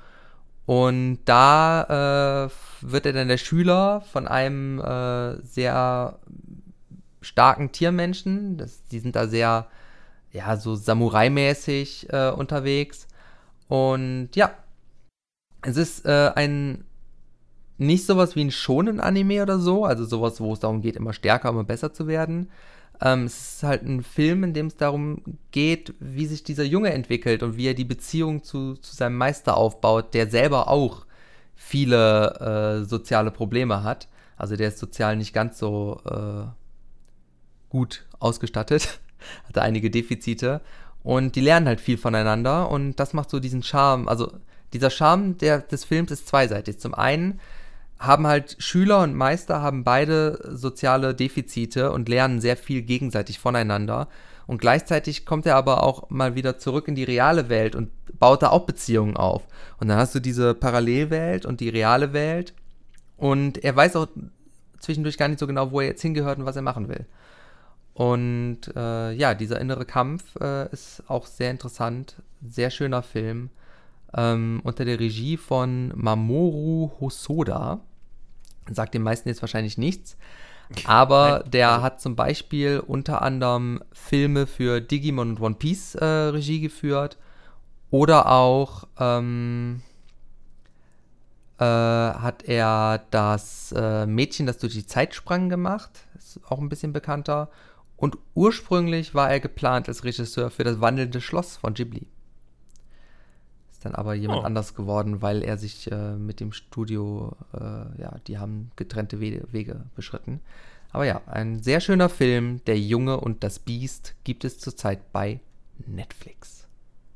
[SPEAKER 2] Und da äh, wird er dann der Schüler von einem äh, sehr starken Tiermenschen. Das, die sind da sehr, ja, so Samurai-mäßig äh, unterwegs. Und ja, es ist äh, ein nicht sowas wie ein Shonen-Anime oder so, also sowas, wo es darum geht, immer stärker, immer besser zu werden. Ähm, es ist halt ein Film, in dem es darum geht, wie sich dieser Junge entwickelt und wie er die Beziehung zu, zu seinem Meister aufbaut, der selber auch viele äh, soziale Probleme hat. Also der ist sozial nicht ganz so äh, gut ausgestattet, hatte einige Defizite und die lernen halt viel voneinander und das macht so diesen Charme. Also dieser Charme der, des Films ist zweiseitig. Zum einen haben halt Schüler und Meister haben beide soziale Defizite und lernen sehr viel gegenseitig voneinander. Und gleichzeitig kommt er aber auch mal wieder zurück in die reale Welt und baut da auch Beziehungen auf. Und dann hast du diese Parallelwelt und die reale Welt. Und er weiß auch zwischendurch gar nicht so genau, wo er jetzt hingehört und was er machen will. Und äh, ja, dieser innere Kampf äh, ist auch sehr interessant. Sehr schöner Film. Ähm, unter der Regie von Mamoru Hosoda. Sagt den meisten jetzt wahrscheinlich nichts. Aber
[SPEAKER 1] Nein,
[SPEAKER 2] der
[SPEAKER 1] also-
[SPEAKER 2] hat zum Beispiel unter anderem Filme für Digimon und One Piece äh, Regie geführt. Oder auch ähm, äh, hat er das äh, Mädchen, das durch die Zeit sprang, gemacht. Ist auch ein bisschen bekannter. Und ursprünglich war er geplant als Regisseur für das wandelnde Schloss von Ghibli. Ist dann aber jemand
[SPEAKER 1] Oh.
[SPEAKER 2] anders geworden, weil er sich äh, mit dem Studio, äh, ja, die haben getrennte Wege, Wege beschritten. Aber ja, ein sehr schöner Film, Der Junge und das Biest, gibt es zurzeit bei Netflix.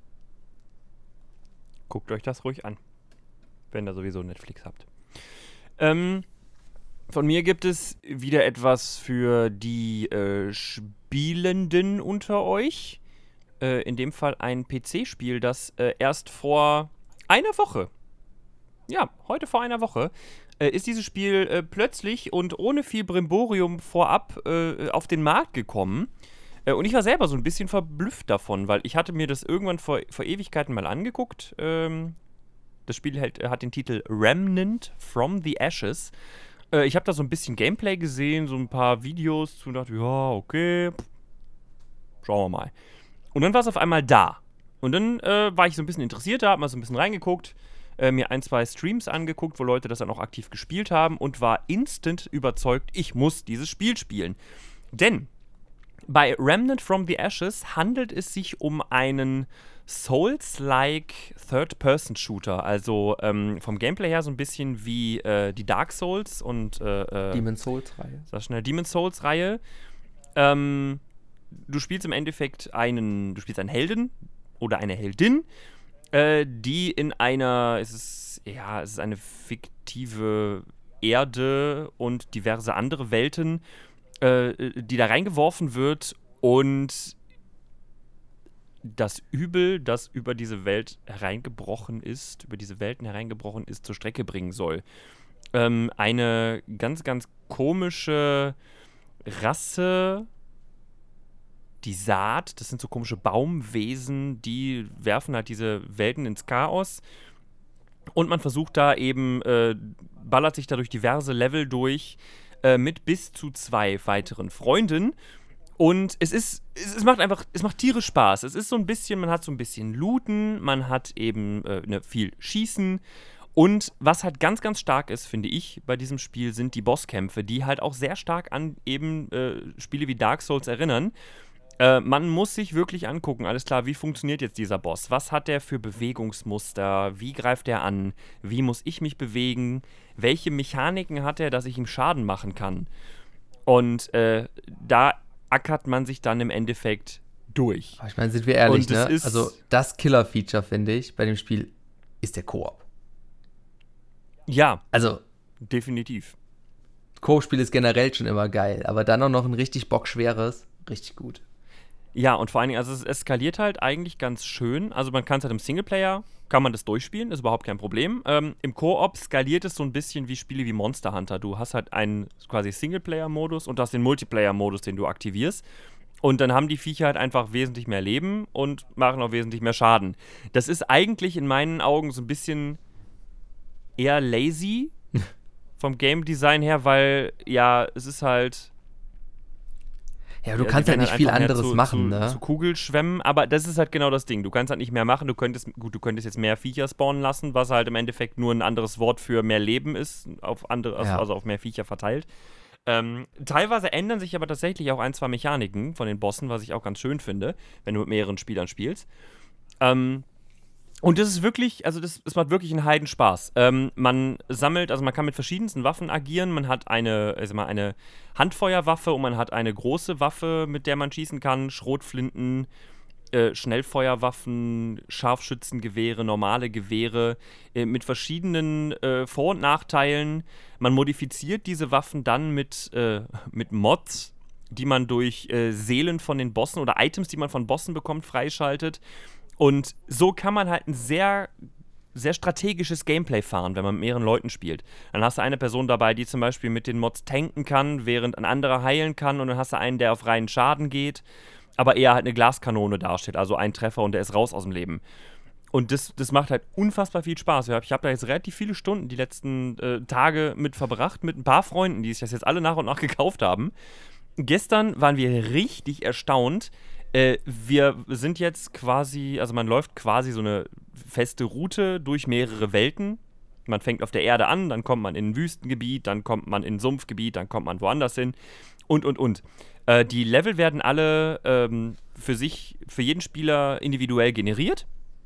[SPEAKER 1] Guckt euch das ruhig an, wenn ihr sowieso Netflix habt. Ähm, von mir gibt es wieder etwas für die äh, Spielenden unter euch. Äh, in dem Fall ein P C-Spiel, das äh, erst vor einer Woche, ja, heute vor einer Woche, äh, ist dieses Spiel äh, plötzlich und ohne viel Brimborium vorab äh, auf den Markt gekommen. Äh, und ich war selber so ein bisschen verblüfft davon, weil ich hatte mir das irgendwann vor, vor Ewigkeiten mal angeguckt. Ähm, das Spiel hat, hat den Titel Remnant from the Ashes. Äh, ich habe da so ein bisschen Gameplay gesehen, so ein paar Videos zu und dachte, ja, okay, pff, schauen wir mal. Und dann war es auf einmal da. Und dann äh, war ich so ein bisschen interessiert, da hab mal so ein bisschen reingeguckt. äh, mir ein, zwei Streams angeguckt, wo Leute das dann auch aktiv gespielt haben und war instant überzeugt, ich muss dieses Spiel spielen. Denn bei Remnant from the Ashes handelt es sich um einen Souls-like Third-Person-Shooter, also ähm, vom Gameplay her so ein bisschen wie äh, die Dark Souls und äh, äh,
[SPEAKER 2] Demon's Souls-Reihe.
[SPEAKER 1] Sag schnell, Demon's Souls-Reihe. Ähm, du spielst im Endeffekt einen, du spielst einen Helden oder eine Heldin, äh, die in einer, es ist, ja, es ist eine fiktive Erde und diverse andere Welten, äh, die da reingeworfen wird und das Übel, das über diese Welt hereingebrochen ist, über diese Welten hereingebrochen ist, zur Strecke bringen soll. Ähm, eine ganz, ganz komische Rasse, die Saat, das sind so komische Baumwesen, die werfen halt diese Welten ins Chaos. Und man versucht da eben, äh, ballert sich da durch diverse Level durch, äh, mit bis zu zwei weiteren Freunden. Und es ist, es, es macht einfach, es macht tierisch Spaß. Es ist so ein bisschen, man hat so ein bisschen Looten, man hat eben äh, ne, viel Schießen. Und was halt ganz, ganz stark ist, finde ich, bei diesem Spiel, sind die Bosskämpfe, die halt auch sehr stark an eben äh, Spiele wie Dark Souls erinnern. Äh, man muss sich wirklich angucken, alles klar, wie funktioniert jetzt dieser Boss? Was hat der für Bewegungsmuster? Wie greift er an? Wie muss ich mich bewegen? Welche Mechaniken hat er, dass ich ihm Schaden machen kann? Und äh, da ackert man sich dann im Endeffekt durch.
[SPEAKER 2] Aber ich meine, sind wir ehrlich,
[SPEAKER 1] Und das
[SPEAKER 2] ne?
[SPEAKER 1] ist-
[SPEAKER 2] Also das Killer-Feature, finde ich, bei dem Spiel ist der Koop.
[SPEAKER 1] Ja,
[SPEAKER 2] Also
[SPEAKER 1] definitiv.
[SPEAKER 2] Koop-Spiel ist generell schon immer geil, aber dann auch noch ein richtig bockschweres, richtig gut.
[SPEAKER 1] Ja, und vor allen Dingen, also es eskaliert halt eigentlich ganz schön. Also man kann es halt im Singleplayer, kann man das durchspielen, ist überhaupt kein Problem. Ähm, Im Koop skaliert es so ein bisschen wie Spiele wie Monster Hunter. Du hast halt einen quasi Singleplayer-Modus und du hast den Multiplayer-Modus, den du aktivierst. Und dann haben die Viecher halt einfach wesentlich mehr Leben und machen auch wesentlich mehr Schaden. Das ist eigentlich in meinen Augen so ein bisschen eher lazy vom Game Design her, weil ja, es ist halt.
[SPEAKER 2] Ja, aber du
[SPEAKER 1] Ja,
[SPEAKER 2] kannst
[SPEAKER 1] die
[SPEAKER 2] halt
[SPEAKER 1] werden
[SPEAKER 2] nicht viel
[SPEAKER 1] einfach mehr
[SPEAKER 2] anderes
[SPEAKER 1] zu,
[SPEAKER 2] machen,
[SPEAKER 1] zu,
[SPEAKER 2] ne?
[SPEAKER 1] zu Kugelschwemmen, aber das ist halt genau das Ding. Du kannst halt nicht mehr machen. Du könntest, gut, du könntest jetzt mehr Viecher spawnen lassen, was halt im Endeffekt nur ein anderes Wort für mehr Leben ist, auf andere, also,
[SPEAKER 2] Ja.
[SPEAKER 1] also auf mehr Viecher verteilt. Ähm, teilweise ändern sich aber tatsächlich auch ein, zwei Mechaniken von den Bossen, was ich auch ganz schön finde, wenn du mit mehreren Spielern spielst. Ähm, Und das ist wirklich, also das, das macht wirklich einen Heidenspaß. Ähm, man sammelt, also man kann mit verschiedensten Waffen agieren. Man hat eine, also mal eine Handfeuerwaffe und man hat eine große Waffe, mit der man schießen kann. Schrotflinten, äh, Schnellfeuerwaffen, Scharfschützengewehre, normale Gewehre äh, mit verschiedenen äh, Vor- und Nachteilen. Man modifiziert diese Waffen dann mit, äh, mit Mods, die man durch äh, Seelen von den Bossen oder Items, die man von Bossen bekommt, freischaltet. Und so kann man halt ein sehr, sehr strategisches Gameplay fahren, wenn man mit mehreren Leuten spielt. Dann hast du eine Person dabei, die zum Beispiel mit den Mods tanken kann, während ein anderer heilen kann. Und dann hast du einen, der auf reinen Schaden geht, aber eher halt eine Glaskanone darstellt. Also ein Treffer und der ist raus aus dem Leben. Und das, das macht halt unfassbar viel Spaß. Ich habe hab da jetzt relativ viele Stunden die letzten äh, Tage mit verbracht, mit ein paar Freunden, die sich das jetzt alle nach und nach gekauft haben. Gestern waren wir richtig erstaunt. Äh, wir sind jetzt quasi, also man läuft quasi so eine feste Route durch mehrere Welten. Man fängt auf der Erde an, dann kommt man in ein Wüstengebiet, dann kommt man in ein Sumpfgebiet, dann kommt man woanders hin und, und, und. Äh, die Level werden alle ähm, für sich, für jeden Spieler individuell generiert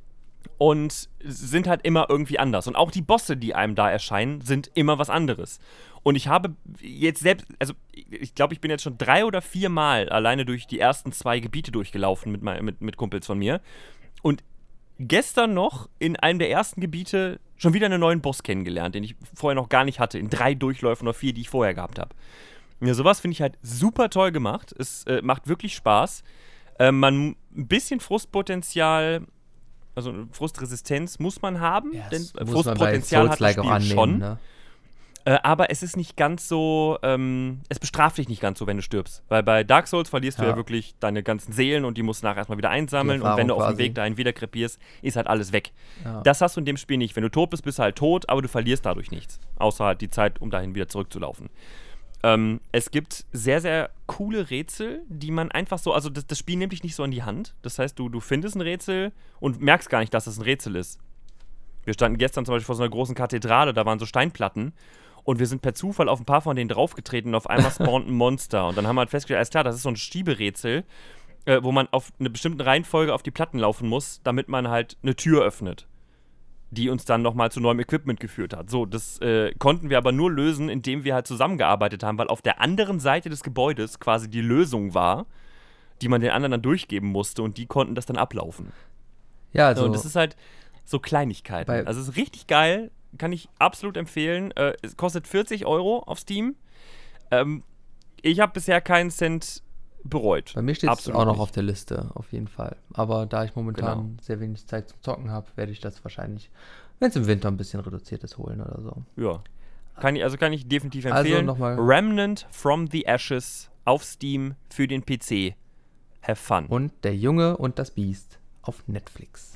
[SPEAKER 1] und sind halt immer irgendwie anders. Und auch die Bosse, die einem da erscheinen, sind immer was anderes. Und ich habe jetzt selbst, also ich glaube, ich bin jetzt schon drei oder vier Mal alleine durch die ersten zwei Gebiete durchgelaufen mit, mein, mit, mit Kumpels von mir. Und gestern noch in einem der ersten Gebiete schon wieder einen neuen Boss kennengelernt, den ich vorher noch gar nicht hatte, in drei Durchläufen oder vier, die ich vorher gehabt habe. Ja, sowas finde ich halt super toll gemacht. Es äh, macht wirklich Spaß. Äh, man, ein bisschen Frustpotenzial, also Frustresistenz muss man haben,
[SPEAKER 2] Ja,
[SPEAKER 1] denn
[SPEAKER 2] das muss man bei
[SPEAKER 1] Frustpotenzial hat das
[SPEAKER 2] Souls-like auch
[SPEAKER 1] Spiel
[SPEAKER 2] annehmen,
[SPEAKER 1] schon.
[SPEAKER 2] ne?
[SPEAKER 1] Äh, aber es ist nicht ganz so, ähm, es bestraft dich nicht ganz so, wenn du stirbst. Weil bei Dark Souls verlierst du
[SPEAKER 2] Ja.
[SPEAKER 1] ja wirklich deine ganzen Seelen und die musst du nachher erstmal wieder einsammeln.
[SPEAKER 2] Die
[SPEAKER 1] Und wenn du auf dem
[SPEAKER 2] Erfahrung
[SPEAKER 1] Weg
[SPEAKER 2] quasi.
[SPEAKER 1] dahin wieder krepierst, ist halt alles weg.
[SPEAKER 2] Ja.
[SPEAKER 1] Das hast du in dem Spiel nicht. Wenn du tot bist, bist du halt tot, aber du verlierst dadurch nichts. Außer halt die Zeit, um dahin wieder zurückzulaufen. Ähm, es gibt sehr, sehr coole Rätsel, die man einfach so, also das, das Spiel nimmt dich nicht so in die Hand. Das heißt, du, du findest ein Rätsel und merkst gar nicht, dass es ein Rätsel ist. Wir standen gestern zum Beispiel vor so einer großen Kathedrale, da waren so Steinplatten und wir sind per Zufall auf ein paar von denen draufgetreten und auf einmal spawnt ein Monster. Und dann haben wir halt festgestellt, alles klar, das ist so ein Stieberätsel, äh, wo man auf eine bestimmte Reihenfolge auf die Platten laufen muss, damit man halt eine Tür öffnet, die uns dann nochmal zu neuem Equipment geführt hat. So, das äh, konnten wir aber nur lösen, indem wir halt zusammengearbeitet haben, weil auf der anderen Seite des Gebäudes quasi die Lösung war, die man den anderen dann durchgeben musste und die konnten das dann ablaufen.
[SPEAKER 2] Ja, also.
[SPEAKER 1] Und das ist halt so Kleinigkeiten.
[SPEAKER 2] Bei-
[SPEAKER 1] Also es ist richtig geil, kann ich absolut empfehlen. Äh, es kostet vierzig Euro auf Steam. Ähm, ich habe bisher keinen Cent bereut.
[SPEAKER 2] Bei mir steht es
[SPEAKER 1] Absolut
[SPEAKER 2] auch noch
[SPEAKER 1] nicht.
[SPEAKER 2] auf der Liste, auf jeden Fall. Aber da ich momentan
[SPEAKER 1] Genau.
[SPEAKER 2] sehr wenig Zeit zum Zocken habe, werde ich das wahrscheinlich, wenn es im Winter ein bisschen reduziert ist, holen oder so.
[SPEAKER 1] Ja. Kann ich, also kann ich definitiv
[SPEAKER 2] Also
[SPEAKER 1] empfehlen.
[SPEAKER 2] nochmal-
[SPEAKER 1] Remnant from the Ashes auf Steam für den P C. Have fun.
[SPEAKER 2] Und Der Junge und das Biest auf Netflix.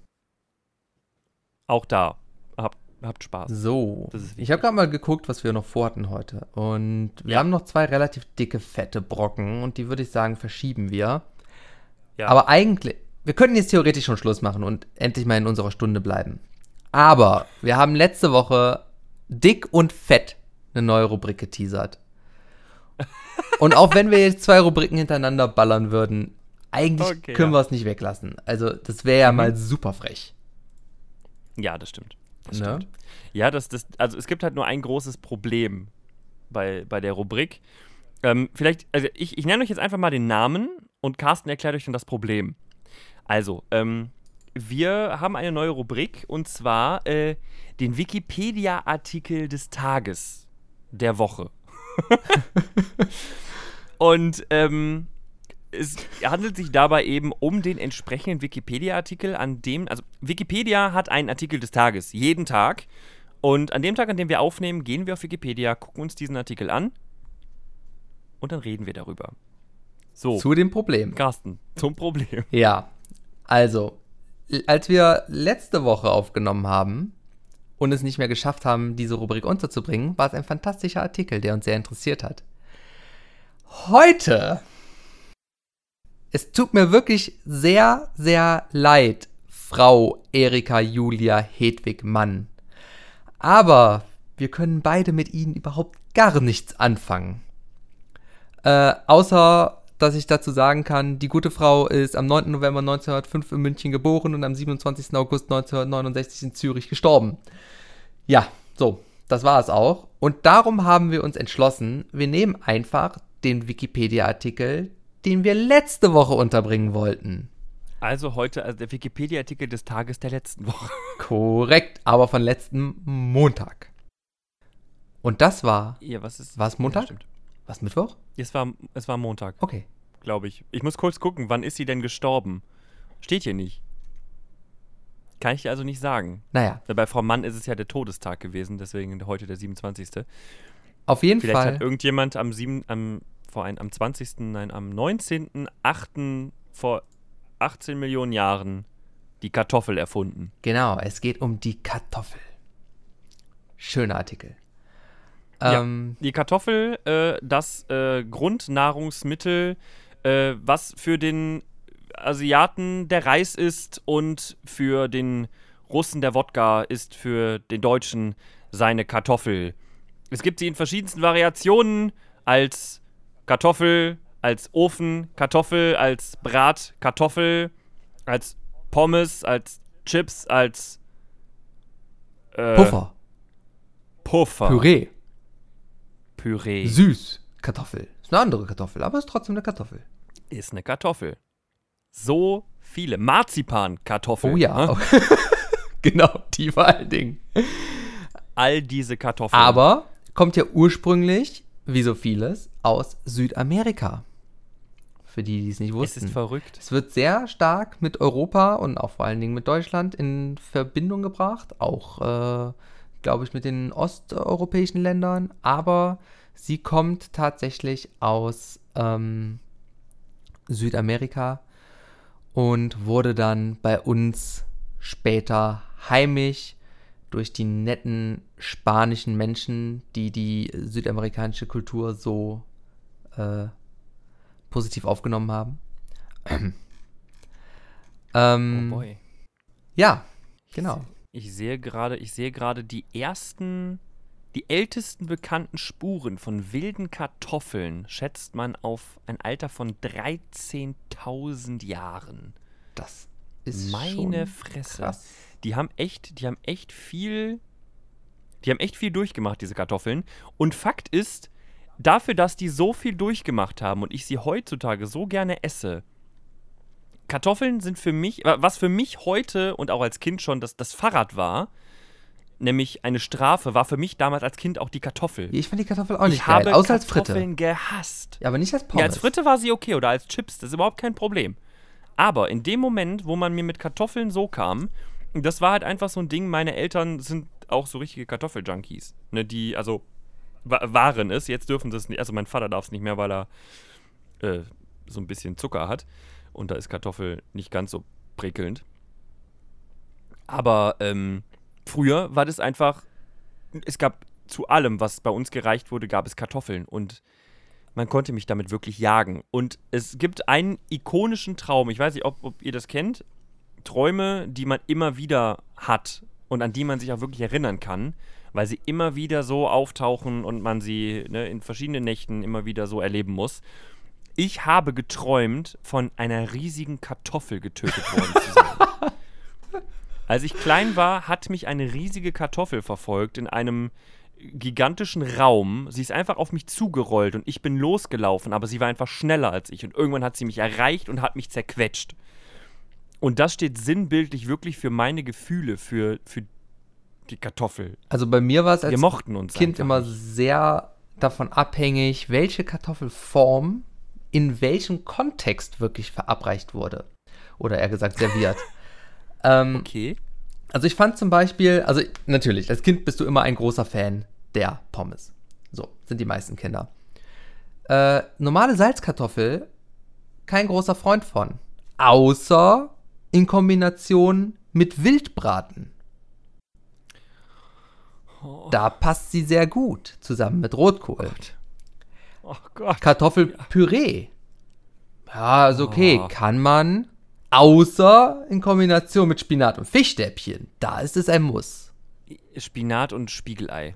[SPEAKER 1] Auch da. Habt, habt Spaß.
[SPEAKER 2] So,
[SPEAKER 1] Das ist
[SPEAKER 2] ich
[SPEAKER 1] wichtig.
[SPEAKER 2] habe gerade mal geguckt, was wir noch vorhatten heute. Und wir
[SPEAKER 1] Ja.
[SPEAKER 2] haben noch zwei relativ dicke, fette Brocken. Und die würde ich sagen, verschieben wir.
[SPEAKER 1] Ja.
[SPEAKER 2] Aber eigentlich, wir könnten jetzt theoretisch schon Schluss machen und endlich mal in unserer Stunde bleiben. Aber wir haben letzte Woche dick und fett eine neue Rubrik geteasert. Und auch wenn wir jetzt zwei Rubriken hintereinander ballern würden, eigentlich
[SPEAKER 1] Okay,
[SPEAKER 2] können
[SPEAKER 1] ja.
[SPEAKER 2] wir es nicht weglassen. Also das wäre ja
[SPEAKER 1] Mhm.
[SPEAKER 2] mal super frech.
[SPEAKER 1] Ja, das stimmt. Das
[SPEAKER 2] Ne?
[SPEAKER 1] stimmt. Ja, das, das, also es gibt halt nur ein großes Problem bei, bei der Rubrik. Ähm, vielleicht, also ich, ich nenne euch jetzt einfach mal den Namen und Carsten erklärt euch dann das Problem. Also, ähm, wir haben eine neue Rubrik und zwar äh, den Wikipedia-Artikel des Tages der Woche. Und ähm, es handelt sich dabei eben um den entsprechenden Wikipedia-Artikel, an dem, also Wikipedia hat einen Artikel des Tages, jeden Tag. Und an dem Tag, an dem wir aufnehmen, gehen wir auf Wikipedia, gucken uns diesen Artikel an und dann reden wir darüber. So,
[SPEAKER 2] Zu dem Problem.
[SPEAKER 1] Carsten, zum Problem.
[SPEAKER 2] Ja, also, l- als wir letzte Woche aufgenommen haben und es nicht mehr geschafft haben, diese Rubrik unterzubringen, war es ein fantastischer Artikel, der uns sehr interessiert hat. Heute, es tut mir wirklich sehr, sehr leid, Frau Erika Julia Hedwig Mann. Aber wir können beide mit Ihnen überhaupt gar nichts anfangen. Äh, außer, dass ich dazu sagen kann, die gute Frau ist am neunten November neunzehnhundertfünf in München geboren und am siebenundzwanzigsten August neunzehnhundertneunundsechzig in Zürich gestorben. Ja, so, das war es auch. Und darum haben wir uns entschlossen, wir nehmen einfach den Wikipedia-Artikel, den wir letzte Woche unterbringen wollten.
[SPEAKER 1] Also heute also der Wikipedia-Artikel des Tages der letzten Woche.
[SPEAKER 2] Korrekt, aber von letzten Montag. Und das war,
[SPEAKER 1] Ja, was ist?
[SPEAKER 2] war es Montag?
[SPEAKER 1] Ja, stimmt.
[SPEAKER 2] Was, Mittwoch?
[SPEAKER 1] Es war, es war Montag,
[SPEAKER 2] Okay.
[SPEAKER 1] glaube ich. Ich muss kurz gucken, wann ist sie denn gestorben? Steht hier nicht. Kann ich dir also nicht sagen.
[SPEAKER 2] Naja,
[SPEAKER 1] Bei Frau Mann ist es ja der Todestag gewesen, deswegen heute der siebenundzwanzigste
[SPEAKER 2] auf jeden
[SPEAKER 1] Vielleicht
[SPEAKER 2] Fall.
[SPEAKER 1] hat irgendjemand am sieben, am, vor ein, am zwanzigsten, nein, am neunzehnten achten vor achtzehn Millionen Jahren die Kartoffel erfunden.
[SPEAKER 2] Genau, es geht um die Kartoffel. Schöner Artikel.
[SPEAKER 1] Ja.
[SPEAKER 2] Ähm,
[SPEAKER 1] Die Kartoffel, äh, das äh, Grundnahrungsmittel, äh, was für den Asiaten der Reis ist und für den Russen der Wodka ist für den Deutschen seine Kartoffel. Es gibt sie in verschiedensten Variationen als Kartoffel, als Ofenkartoffel, als Bratkartoffel, als Pommes, als Chips, als äh,
[SPEAKER 2] Puffer,
[SPEAKER 1] Puffer.
[SPEAKER 2] Püree,
[SPEAKER 1] Püree.
[SPEAKER 2] süß, Kartoffel. Ist eine andere Kartoffel, aber ist trotzdem eine Kartoffel.
[SPEAKER 1] Ist eine Kartoffel. So viele. Marzipankartoffeln.
[SPEAKER 2] Oh ja.
[SPEAKER 1] ne?
[SPEAKER 2] Genau, die vor allen Dingen.
[SPEAKER 1] All diese Kartoffeln.
[SPEAKER 2] Aber kommt ja ursprünglich, wie so vieles, aus Südamerika. Für die, die es nicht
[SPEAKER 1] es
[SPEAKER 2] wussten.
[SPEAKER 1] ist verrückt.
[SPEAKER 2] Es wird sehr stark mit Europa und auch vor allen Dingen mit Deutschland in Verbindung gebracht. Auch, äh, glaube ich, mit den osteuropäischen Ländern. Aber sie kommt tatsächlich aus ähm, Südamerika und wurde dann bei uns später heimisch durch die netten spanischen Menschen, die die südamerikanische Kultur so äh, positiv aufgenommen haben.
[SPEAKER 1] Oh
[SPEAKER 2] ähm,
[SPEAKER 1] boy.
[SPEAKER 2] ja, genau.
[SPEAKER 1] Ich sehe gerade, ich sehe gerade die ersten, die ältesten bekannten Spuren von wilden Kartoffeln schätzt man auf ein Alter von dreizehntausend Jahren.
[SPEAKER 2] Das ist
[SPEAKER 1] Meine
[SPEAKER 2] schon
[SPEAKER 1] Fresse.
[SPEAKER 2] krass.
[SPEAKER 1] Die haben echt, die haben echt viel, die haben echt viel durchgemacht, diese Kartoffeln. Und Fakt ist, dafür, dass die so viel durchgemacht haben und ich sie heutzutage so gerne esse, Kartoffeln sind für mich, was für mich heute und auch als Kind schon das, das Fahrrad war, nämlich eine Strafe, war für mich damals als Kind auch die Kartoffel.
[SPEAKER 2] Ich fand die Kartoffel auch nicht
[SPEAKER 1] ich
[SPEAKER 2] geil,
[SPEAKER 1] habe
[SPEAKER 2] außer als Fritte.
[SPEAKER 1] Kartoffeln gehasst.
[SPEAKER 2] Ja, aber nicht als Pommes.
[SPEAKER 1] Ja, als Fritte war sie okay oder als Chips, das ist überhaupt kein Problem. Aber in dem Moment, wo man mir mit Kartoffeln so kam, das war halt einfach so ein Ding, meine Eltern sind auch so richtige Kartoffeljunkies, ne, die, also, wa- waren es, jetzt dürfen sie es nicht, also mein Vater darf es nicht mehr, weil er äh, so ein bisschen Zucker hat und da ist Kartoffel nicht ganz so prickelnd. Aber ähm, früher war das einfach, es gab zu allem, was bei uns gereicht wurde, gab es Kartoffeln und man konnte mich damit wirklich jagen. Und es gibt einen ikonischen Traum, ich weiß nicht, ob, ob ihr das kennt, Träume, die man immer wieder hat und an die man sich auch wirklich erinnern kann, weil sie immer wieder so auftauchen und man sie, ne, in verschiedenen Nächten immer wieder so erleben muss. Ich habe geträumt, von einer riesigen Kartoffel getötet worden zu sein. Als ich klein war, hat mich eine riesige Kartoffel verfolgt in einem gigantischen Raum. Sie ist einfach auf mich zugerollt und ich bin losgelaufen, aber sie war einfach schneller als ich und irgendwann hat sie mich erreicht und hat mich zerquetscht. Und das steht sinnbildlich wirklich für meine Gefühle, für, für die Kartoffel.
[SPEAKER 2] Also bei mir war es
[SPEAKER 1] Wir
[SPEAKER 2] als
[SPEAKER 1] mochten uns
[SPEAKER 2] Kind
[SPEAKER 1] einfach
[SPEAKER 2] immer
[SPEAKER 1] nicht.
[SPEAKER 2] sehr davon abhängig, welche Kartoffelform in welchem Kontext wirklich verabreicht wurde. Oder eher gesagt serviert. ähm,
[SPEAKER 1] Okay.
[SPEAKER 2] Also ich fand zum Beispiel, also natürlich, als Kind bist du immer ein großer Fan der Pommes. So, sind die meisten Kinder. Äh, normale Salzkartoffel, kein großer Freund von. Außer in Kombination mit Wildbraten.
[SPEAKER 1] Oh,
[SPEAKER 2] Da passt sie sehr gut zusammen mit Rotkohl.
[SPEAKER 1] oh Gott.
[SPEAKER 2] Kartoffelpüree. Ja, ist okay,
[SPEAKER 1] Oh.
[SPEAKER 2] kann man. Außer in Kombination mit Spinat und Fischstäbchen. Da ist es ein Muss.
[SPEAKER 1] Spinat und Spiegelei.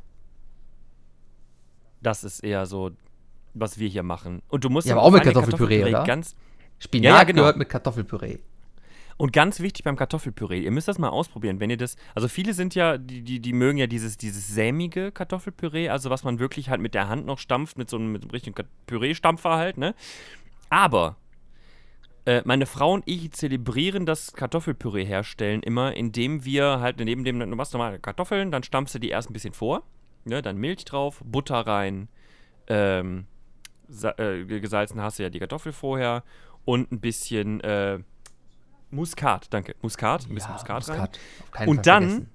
[SPEAKER 1] Das ist eher so, was wir hier machen. Und du musst
[SPEAKER 2] Ja,
[SPEAKER 1] dann
[SPEAKER 2] aber auch mit
[SPEAKER 1] vor allem
[SPEAKER 2] Kartoffelpüree, oder?
[SPEAKER 1] Ganz,
[SPEAKER 2] Spinat
[SPEAKER 1] Ja, ja, genau.
[SPEAKER 2] gehört mit Kartoffelpüree.
[SPEAKER 1] und ganz wichtig beim Kartoffelpüree, ihr müsst das mal ausprobieren, wenn ihr das, also viele sind ja, die, die, die mögen ja dieses, dieses sämige Kartoffelpüree, also was man wirklich halt mit der Hand noch stampft, mit so einem, mit einem richtigen Ka- Püree-Stampfer halt, ne? Aber äh, meine Frau und ich zelebrieren das Kartoffelpüree herstellen immer, indem wir halt neben dem, du machst normale Kartoffeln, dann stampfst du die erst ein bisschen vor, ne? Dann Milch drauf, Butter rein, ähm, sa- äh, gesalzen hast du ja die Kartoffel vorher und ein bisschen, äh, Muskat, danke. Muskat, ein bisschen Muskat, rein.
[SPEAKER 2] auf keinen
[SPEAKER 1] Und
[SPEAKER 2] Fall
[SPEAKER 1] dann-
[SPEAKER 2] vergessen.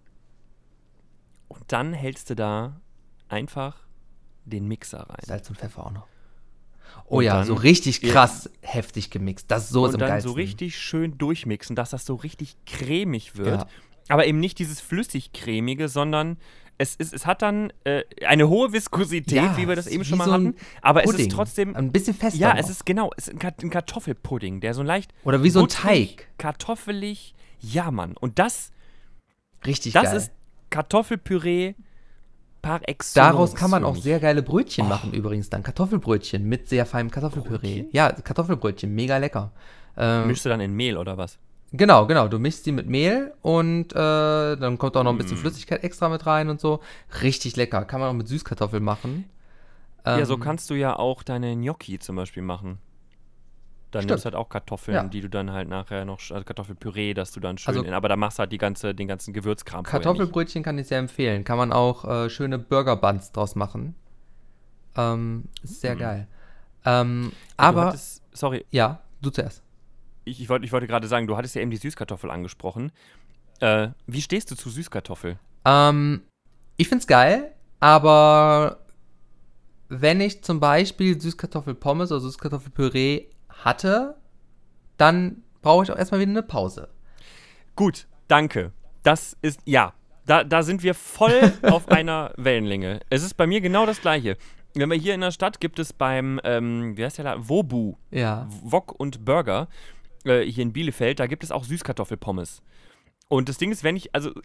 [SPEAKER 1] Und dann hältst du da einfach den Mixer rein.
[SPEAKER 2] Salz und Pfeffer auch noch. Oh
[SPEAKER 1] Und
[SPEAKER 2] ja,
[SPEAKER 1] dann-
[SPEAKER 2] so richtig
[SPEAKER 1] Ja.
[SPEAKER 2] krass heftig gemixt. Das ist so ist
[SPEAKER 1] und
[SPEAKER 2] am
[SPEAKER 1] dann
[SPEAKER 2] geilsten.
[SPEAKER 1] so richtig schön durchmixen, dass das so richtig cremig wird.
[SPEAKER 2] Ja.
[SPEAKER 1] Aber eben nicht dieses flüssig-cremige, sondern es, ist, es hat dann äh, eine hohe Viskosität,
[SPEAKER 2] Ja,
[SPEAKER 1] wie wir das
[SPEAKER 2] es ist
[SPEAKER 1] eben
[SPEAKER 2] wie
[SPEAKER 1] schon mal
[SPEAKER 2] so ein
[SPEAKER 1] hatten. Aber es
[SPEAKER 2] Pudding.
[SPEAKER 1] ist trotzdem.
[SPEAKER 2] Ein bisschen fester
[SPEAKER 1] Ja,
[SPEAKER 2] noch.
[SPEAKER 1] es ist genau, es ist ein Ka- ein Kartoffelpudding, der so leicht.
[SPEAKER 2] Oder wie so ein
[SPEAKER 1] butterig,
[SPEAKER 2] Teig.
[SPEAKER 1] Kartoffelig. Ja, Mann. Und das,
[SPEAKER 2] Richtig
[SPEAKER 1] das
[SPEAKER 2] geil.
[SPEAKER 1] ist Kartoffelpüree par excellence.
[SPEAKER 2] Daraus kann man
[SPEAKER 1] für
[SPEAKER 2] auch
[SPEAKER 1] mich.
[SPEAKER 2] sehr geile Brötchen
[SPEAKER 1] Oh.
[SPEAKER 2] machen übrigens dann. Kartoffelbrötchen mit sehr feinem Kartoffelpüree.
[SPEAKER 1] Okay.
[SPEAKER 2] Ja, Kartoffelbrötchen, mega lecker. Ähm,
[SPEAKER 1] Mischst du dann in Mehl oder was?
[SPEAKER 2] Genau, genau. Du mischst sie mit Mehl und äh, dann kommt auch noch ein bisschen
[SPEAKER 1] Mm.
[SPEAKER 2] Flüssigkeit extra mit rein und so. Richtig lecker. Kann man auch mit Süßkartoffeln machen.
[SPEAKER 1] Ja, so
[SPEAKER 2] Ähm,
[SPEAKER 1] kannst du ja auch deine Gnocchi zum Beispiel machen. Dann
[SPEAKER 2] Stimmt.
[SPEAKER 1] nimmst du halt auch Kartoffeln,
[SPEAKER 2] Ja.
[SPEAKER 1] die du dann halt nachher noch, also Kartoffelpüree, dass du dann schön,
[SPEAKER 2] Also
[SPEAKER 1] in, aber da machst du halt die ganze, den ganzen Gewürzkram vorher nicht.
[SPEAKER 2] Kartoffelbrötchen kann ich sehr empfehlen. Kann man auch äh, schöne Burger Buns draus machen. Ähm, ist sehr
[SPEAKER 1] Mhm.
[SPEAKER 2] geil. Ähm,
[SPEAKER 1] Du
[SPEAKER 2] aber,
[SPEAKER 1] hattest, sorry,
[SPEAKER 2] ja, du zuerst.
[SPEAKER 1] ich, ich, wollte, ich wollte gerade sagen, du hattest ja eben die Süßkartoffel angesprochen. Äh, wie stehst du zu Süßkartoffel?
[SPEAKER 2] Ähm, ich find's geil, aber wenn ich zum Beispiel Süßkartoffelpommes oder Süßkartoffelpüree hatte, dann brauche ich auch erstmal wieder eine Pause.
[SPEAKER 1] Gut, danke. Das ist, ja, da, da sind wir voll auf einer Wellenlänge. Es ist bei mir genau das Gleiche. Wenn wir hier in der Stadt gibt es beim, ähm, wie heißt der da? Wobu,
[SPEAKER 2] Ja.
[SPEAKER 1] Wok und Burger, äh, hier in Bielefeld, da gibt es auch Süßkartoffelpommes. Und das Ding ist, wenn ich, also ich,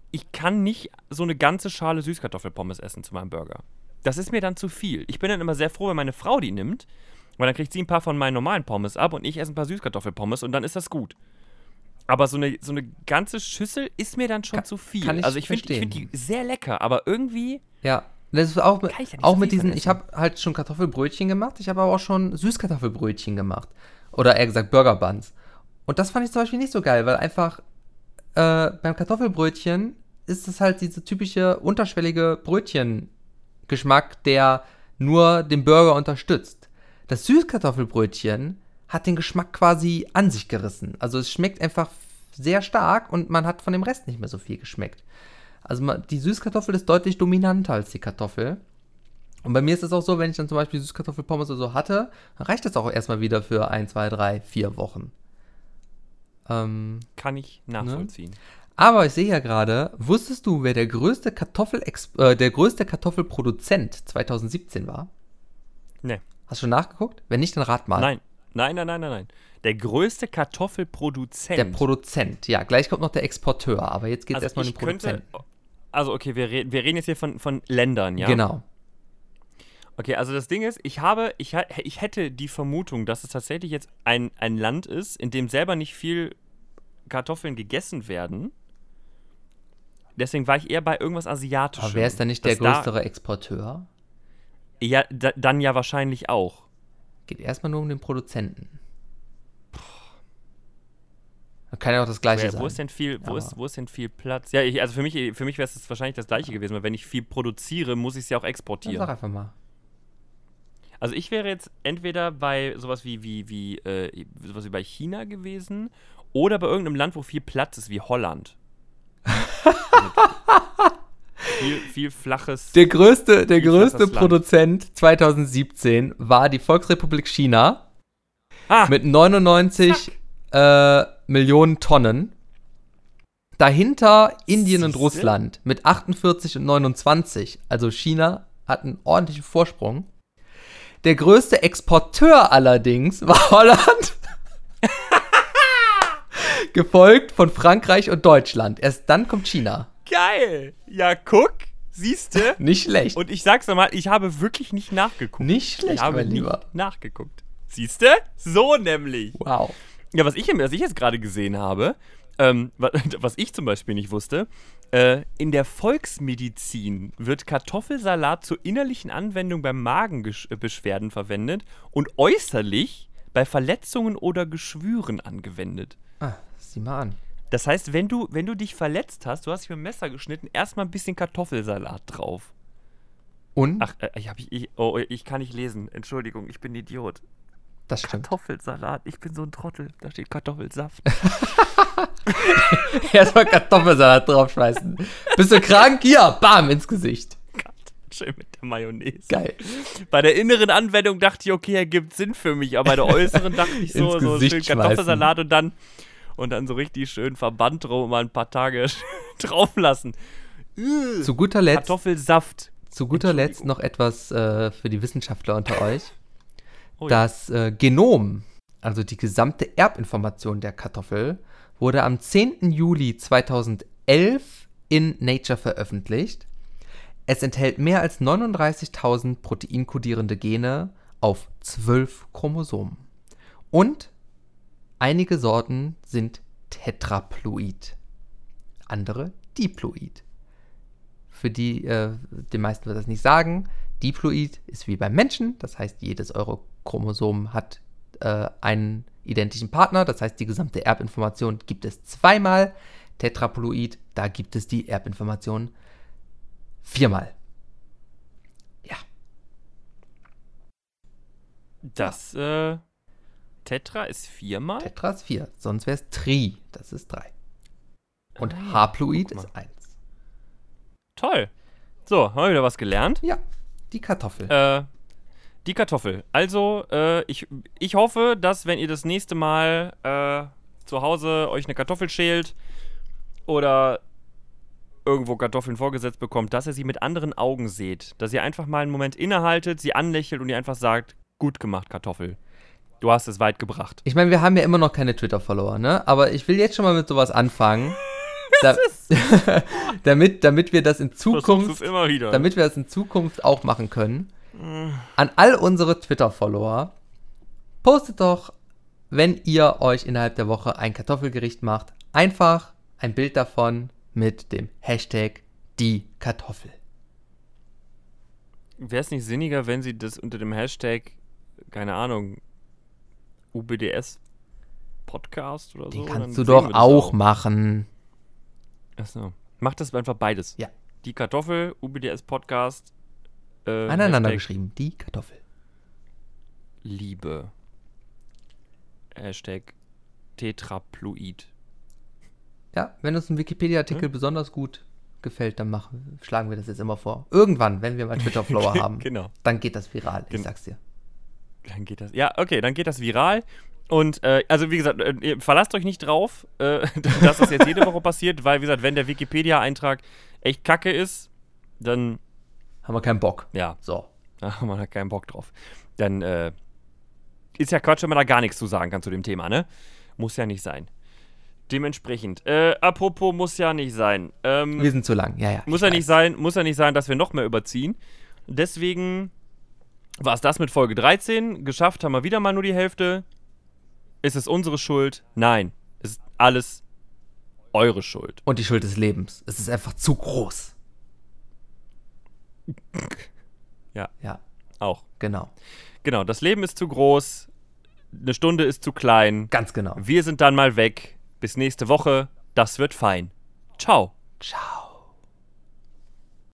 [SPEAKER 1] ich kann nicht so eine ganze Schale Süßkartoffelpommes essen zu meinem Burger. Das ist mir dann zu viel. Ich bin dann immer sehr froh, wenn meine Frau die nimmt, weil dann kriegt sie ein paar von meinen normalen Pommes ab und ich esse ein paar Süßkartoffelpommes und dann ist das gut. Aber so eine, so eine ganze Schüssel ist mir dann schon
[SPEAKER 2] Kann-
[SPEAKER 1] zu viel.
[SPEAKER 2] kann ich
[SPEAKER 1] also ich finde ich
[SPEAKER 2] verstehen.
[SPEAKER 1] find die sehr lecker, aber irgendwie
[SPEAKER 2] Ja, das ist auch, mit-
[SPEAKER 1] kann ich ja nicht
[SPEAKER 2] auch
[SPEAKER 1] so
[SPEAKER 2] mit
[SPEAKER 1] viel
[SPEAKER 2] diesen,
[SPEAKER 1] von
[SPEAKER 2] ich habe halt schon Kartoffelbrötchen gemacht, ich habe aber auch schon Süßkartoffelbrötchen gemacht. Oder eher gesagt Burger Buns. Und das fand ich zum Beispiel nicht so geil, weil einfach äh, beim Kartoffelbrötchen ist es halt diese typische unterschwellige Brötchengeschmack, der nur den Burger unterstützt. Das Süßkartoffelbrötchen hat den Geschmack quasi an sich gerissen. Also es schmeckt einfach sehr stark und man hat von dem Rest nicht mehr so viel geschmeckt. Also ma- die Süßkartoffel ist deutlich dominanter als die Kartoffel. Und bei mir ist es auch so, wenn ich dann zum Beispiel Süßkartoffelpommes oder so hatte, dann reicht das auch erstmal wieder für ein, zwei, drei, vier Wochen. Ähm,
[SPEAKER 1] kann ich nachvollziehen.
[SPEAKER 2] aber ich sehe ja gerade, wusstest du, wer der größte Kartoffel äh, der größte Kartoffelproduzent zwanzig siebzehn war?
[SPEAKER 1] Nee.
[SPEAKER 2] Hast du schon nachgeguckt? Wenn nicht, dann rat mal.
[SPEAKER 1] Nein. Nein, nein, nein, nein, nein. Der größte Kartoffelproduzent.
[SPEAKER 2] Der Produzent, ja. Gleich kommt noch der Exporteur, aber jetzt geht es
[SPEAKER 1] also
[SPEAKER 2] erstmal um
[SPEAKER 1] ich
[SPEAKER 2] den Produzenten.
[SPEAKER 1] könnte, also okay, wir, re wir reden jetzt hier von, von Ländern, ja?
[SPEAKER 2] Genau.
[SPEAKER 1] Okay, also das Ding ist, ich habe, ich, ha- ich hätte die Vermutung, dass es tatsächlich jetzt ein, ein Land ist, in dem selber nicht viel Kartoffeln gegessen werden. Deswegen war ich eher bei irgendwas Asiatischem.
[SPEAKER 2] Aber wer ist denn nicht der
[SPEAKER 1] dass da-
[SPEAKER 2] größere Exporteur?
[SPEAKER 1] Ja, da, dann ja wahrscheinlich auch.
[SPEAKER 2] Geht erstmal nur um den Produzenten. Dann kann ja auch das Gleiche
[SPEAKER 1] Wer,
[SPEAKER 2] sein.
[SPEAKER 1] wo ist denn viel, wo
[SPEAKER 2] Aber-
[SPEAKER 1] ist, wo ist denn viel Platz? Ja, ich, also für mich, für mich wäre es wahrscheinlich das Gleiche gewesen, weil wenn ich viel produziere, muss ich es ja auch
[SPEAKER 2] Dann
[SPEAKER 1] exportieren.
[SPEAKER 2] sag einfach mal.
[SPEAKER 1] Also ich wäre jetzt entweder bei sowas wie, wie, wie, äh, sowas wie bei China gewesen oder bei irgendeinem Land, wo viel Platz ist, wie Holland. viel, viel flaches.
[SPEAKER 2] Der größte, der
[SPEAKER 1] Viel
[SPEAKER 2] größte
[SPEAKER 1] flaches Land.
[SPEAKER 2] Produzent zwanzig siebzehn war die Volksrepublik China
[SPEAKER 1] Ah,
[SPEAKER 2] mit neunundneunzig äh, Millionen Tonnen. Dahinter Indien und
[SPEAKER 1] Siehste?
[SPEAKER 2] Russland mit achtundvierzig und neunundzwanzig. Also China hat einen ordentlichen Vorsprung. Der größte Exporteur allerdings war Holland. Gefolgt von Frankreich und Deutschland. Erst dann kommt China.
[SPEAKER 1] geil. Ja, guck. Siehste.
[SPEAKER 2] Nicht schlecht.
[SPEAKER 1] Und ich sag's nochmal, ich habe wirklich nicht nachgeguckt.
[SPEAKER 2] Nicht
[SPEAKER 1] ich
[SPEAKER 2] schlecht,
[SPEAKER 1] habe
[SPEAKER 2] mein
[SPEAKER 1] nicht
[SPEAKER 2] Lieber.
[SPEAKER 1] nachgeguckt. Siehste? So nämlich.
[SPEAKER 2] Wow.
[SPEAKER 1] Ja, was ich, was ich jetzt gerade gesehen habe, ähm, wa- was ich zum Beispiel nicht wusste, äh, in der Volksmedizin wird Kartoffelsalat zur innerlichen Anwendung bei Magenbeschwerden verwendet und äußerlich bei Verletzungen oder Geschwüren angewendet.
[SPEAKER 2] Ah, sieh mal an.
[SPEAKER 1] Das heißt, wenn du, wenn du dich verletzt hast, du hast dich mit dem Messer geschnitten, erstmal ein bisschen Kartoffelsalat drauf.
[SPEAKER 2] Und?
[SPEAKER 1] Ach, äh, ich, hab, ich, ich, oh, ich kann nicht lesen. Entschuldigung, ich bin ein Idiot.
[SPEAKER 2] Das stimmt.
[SPEAKER 1] Kartoffelsalat, ich bin so ein Trottel. Da steht Kartoffelsaft.
[SPEAKER 2] Erstmal Kartoffelsalat draufschmeißen. Bist du krank? Ja, bam, ins Gesicht.
[SPEAKER 1] Gott, schön mit der Mayonnaise.
[SPEAKER 2] Geil.
[SPEAKER 1] Bei der inneren Anwendung dachte ich, okay, ergibt Sinn für mich, aber bei der äußeren dachte ich so,
[SPEAKER 2] Ins
[SPEAKER 1] so
[SPEAKER 2] Gesicht
[SPEAKER 1] schön
[SPEAKER 2] schmeißen.
[SPEAKER 1] Kartoffelsalat und dann und dann so richtig schön Verband drum mal ein paar Tage drauf lassen.
[SPEAKER 2] Zu guter Letzt,
[SPEAKER 1] Kartoffelsaft.
[SPEAKER 2] zu guter Letzt noch etwas äh, für die Wissenschaftler unter euch.
[SPEAKER 1] Oh ja.
[SPEAKER 2] Das äh, Genom, also die gesamte Erbinformation der Kartoffel, wurde am zehnten Juli zweitausendelf in Nature veröffentlicht. Es enthält mehr als neununddreißigtausend proteinkodierende Gene auf zwölf Chromosomen. Und einige Sorten sind tetraploid, andere diploid. Für die, äh, den meisten wird das nicht sagen, diploid ist wie beim Menschen, das heißt, jedes eure Chromosom hat äh, einen identischen Partner, das heißt, die gesamte Erbinformation gibt es zweimal. Tetraploid, da gibt es die Erbinformation viermal. Ja.
[SPEAKER 1] Das, äh, Tetra ist viermal?
[SPEAKER 2] Tetra ist vier, sonst wäre es Tri, das ist drei. Und
[SPEAKER 1] Ah,
[SPEAKER 2] Haploid
[SPEAKER 1] guck mal.
[SPEAKER 2] ist eins.
[SPEAKER 1] Toll. So, haben wir wieder was gelernt.
[SPEAKER 2] Ja, die Kartoffel.
[SPEAKER 1] Äh, die Kartoffel. Also, äh, ich, ich hoffe, dass, wenn ihr das nächste Mal äh, zu Hause euch eine Kartoffel schält oder irgendwo Kartoffeln vorgesetzt bekommt, dass ihr sie mit anderen Augen seht. Dass ihr einfach mal einen Moment innehaltet, sie anlächelt und ihr einfach sagt, gut gemacht, Kartoffel. Du hast es weit gebracht.
[SPEAKER 2] Ich meine, wir haben ja immer noch keine Twitter-Follower, ne? Aber ich will jetzt schon mal mit sowas anfangen. da, damit, damit wir das in
[SPEAKER 1] Versuch's
[SPEAKER 2] Zukunft,
[SPEAKER 1] es immer wieder.
[SPEAKER 2] damit wir das in Zukunft auch machen können, an all unsere Twitter-Follower, postet doch, wenn ihr euch innerhalb der Woche ein Kartoffelgericht macht, einfach ein Bild davon mit dem Hashtag die Kartoffel.
[SPEAKER 1] Wäre es nicht sinniger, wenn sie das unter dem Hashtag, keine Ahnung, U B D S Podcast oder so?
[SPEAKER 2] Den
[SPEAKER 1] Dann
[SPEAKER 2] kannst du
[SPEAKER 1] sehen
[SPEAKER 2] doch
[SPEAKER 1] wir das
[SPEAKER 2] auch machen.
[SPEAKER 1] Achso. Macht das einfach beides.
[SPEAKER 2] Ja.
[SPEAKER 1] Die Kartoffel, U B D S Podcast. Äh,
[SPEAKER 2] Aneinander
[SPEAKER 1] Hashtag
[SPEAKER 2] geschrieben, die Kartoffel.
[SPEAKER 1] Liebe. Hashtag Tetraploid.
[SPEAKER 2] Ja, wenn uns ein Wikipedia-Artikel
[SPEAKER 1] Hm?
[SPEAKER 2] besonders gut gefällt, dann machen, schlagen wir das jetzt immer vor. Irgendwann, wenn wir mal Twitter-Follower haben,
[SPEAKER 1] Genau.
[SPEAKER 2] dann geht das viral, ich
[SPEAKER 1] Gen-
[SPEAKER 2] sag's dir.
[SPEAKER 1] Dann geht das. Ja, okay, dann geht das viral. Und, äh, also wie gesagt, äh, ihr verlasst euch nicht drauf, äh, dass das jetzt jede Woche passiert, weil, wie gesagt, wenn der Wikipedia-Eintrag echt kacke ist, dann,
[SPEAKER 2] Haben wir keinen Bock.
[SPEAKER 1] ja,
[SPEAKER 2] So.
[SPEAKER 1] da hat man halt keinen Bock drauf. Dann, äh, ist ja Quatsch, wenn man da gar nichts zu sagen kann zu dem Thema, ne? Muss ja nicht sein. Dementsprechend, äh, apropos muss ja nicht sein. Ähm,
[SPEAKER 2] Wir sind zu lang, ja, ja.
[SPEAKER 1] Muss
[SPEAKER 2] ich
[SPEAKER 1] ja
[SPEAKER 2] weiß.
[SPEAKER 1] nicht sein, muss ja nicht sein, dass wir noch mehr überziehen. Deswegen war es das mit Folge dreizehn. Geschafft haben wir wieder mal nur die Hälfte. Ist es unsere Schuld? Nein. Es ist alles eure Schuld.
[SPEAKER 2] Und die Schuld des Lebens. Es ist einfach zu groß.
[SPEAKER 1] Ja.
[SPEAKER 2] Ja,
[SPEAKER 1] Auch.
[SPEAKER 2] genau.
[SPEAKER 1] Genau, das Leben ist zu groß. Eine Stunde ist zu klein.
[SPEAKER 2] Ganz genau.
[SPEAKER 1] Wir sind dann mal weg. Bis nächste Woche. Das wird fein. Ciao.
[SPEAKER 2] Ciao.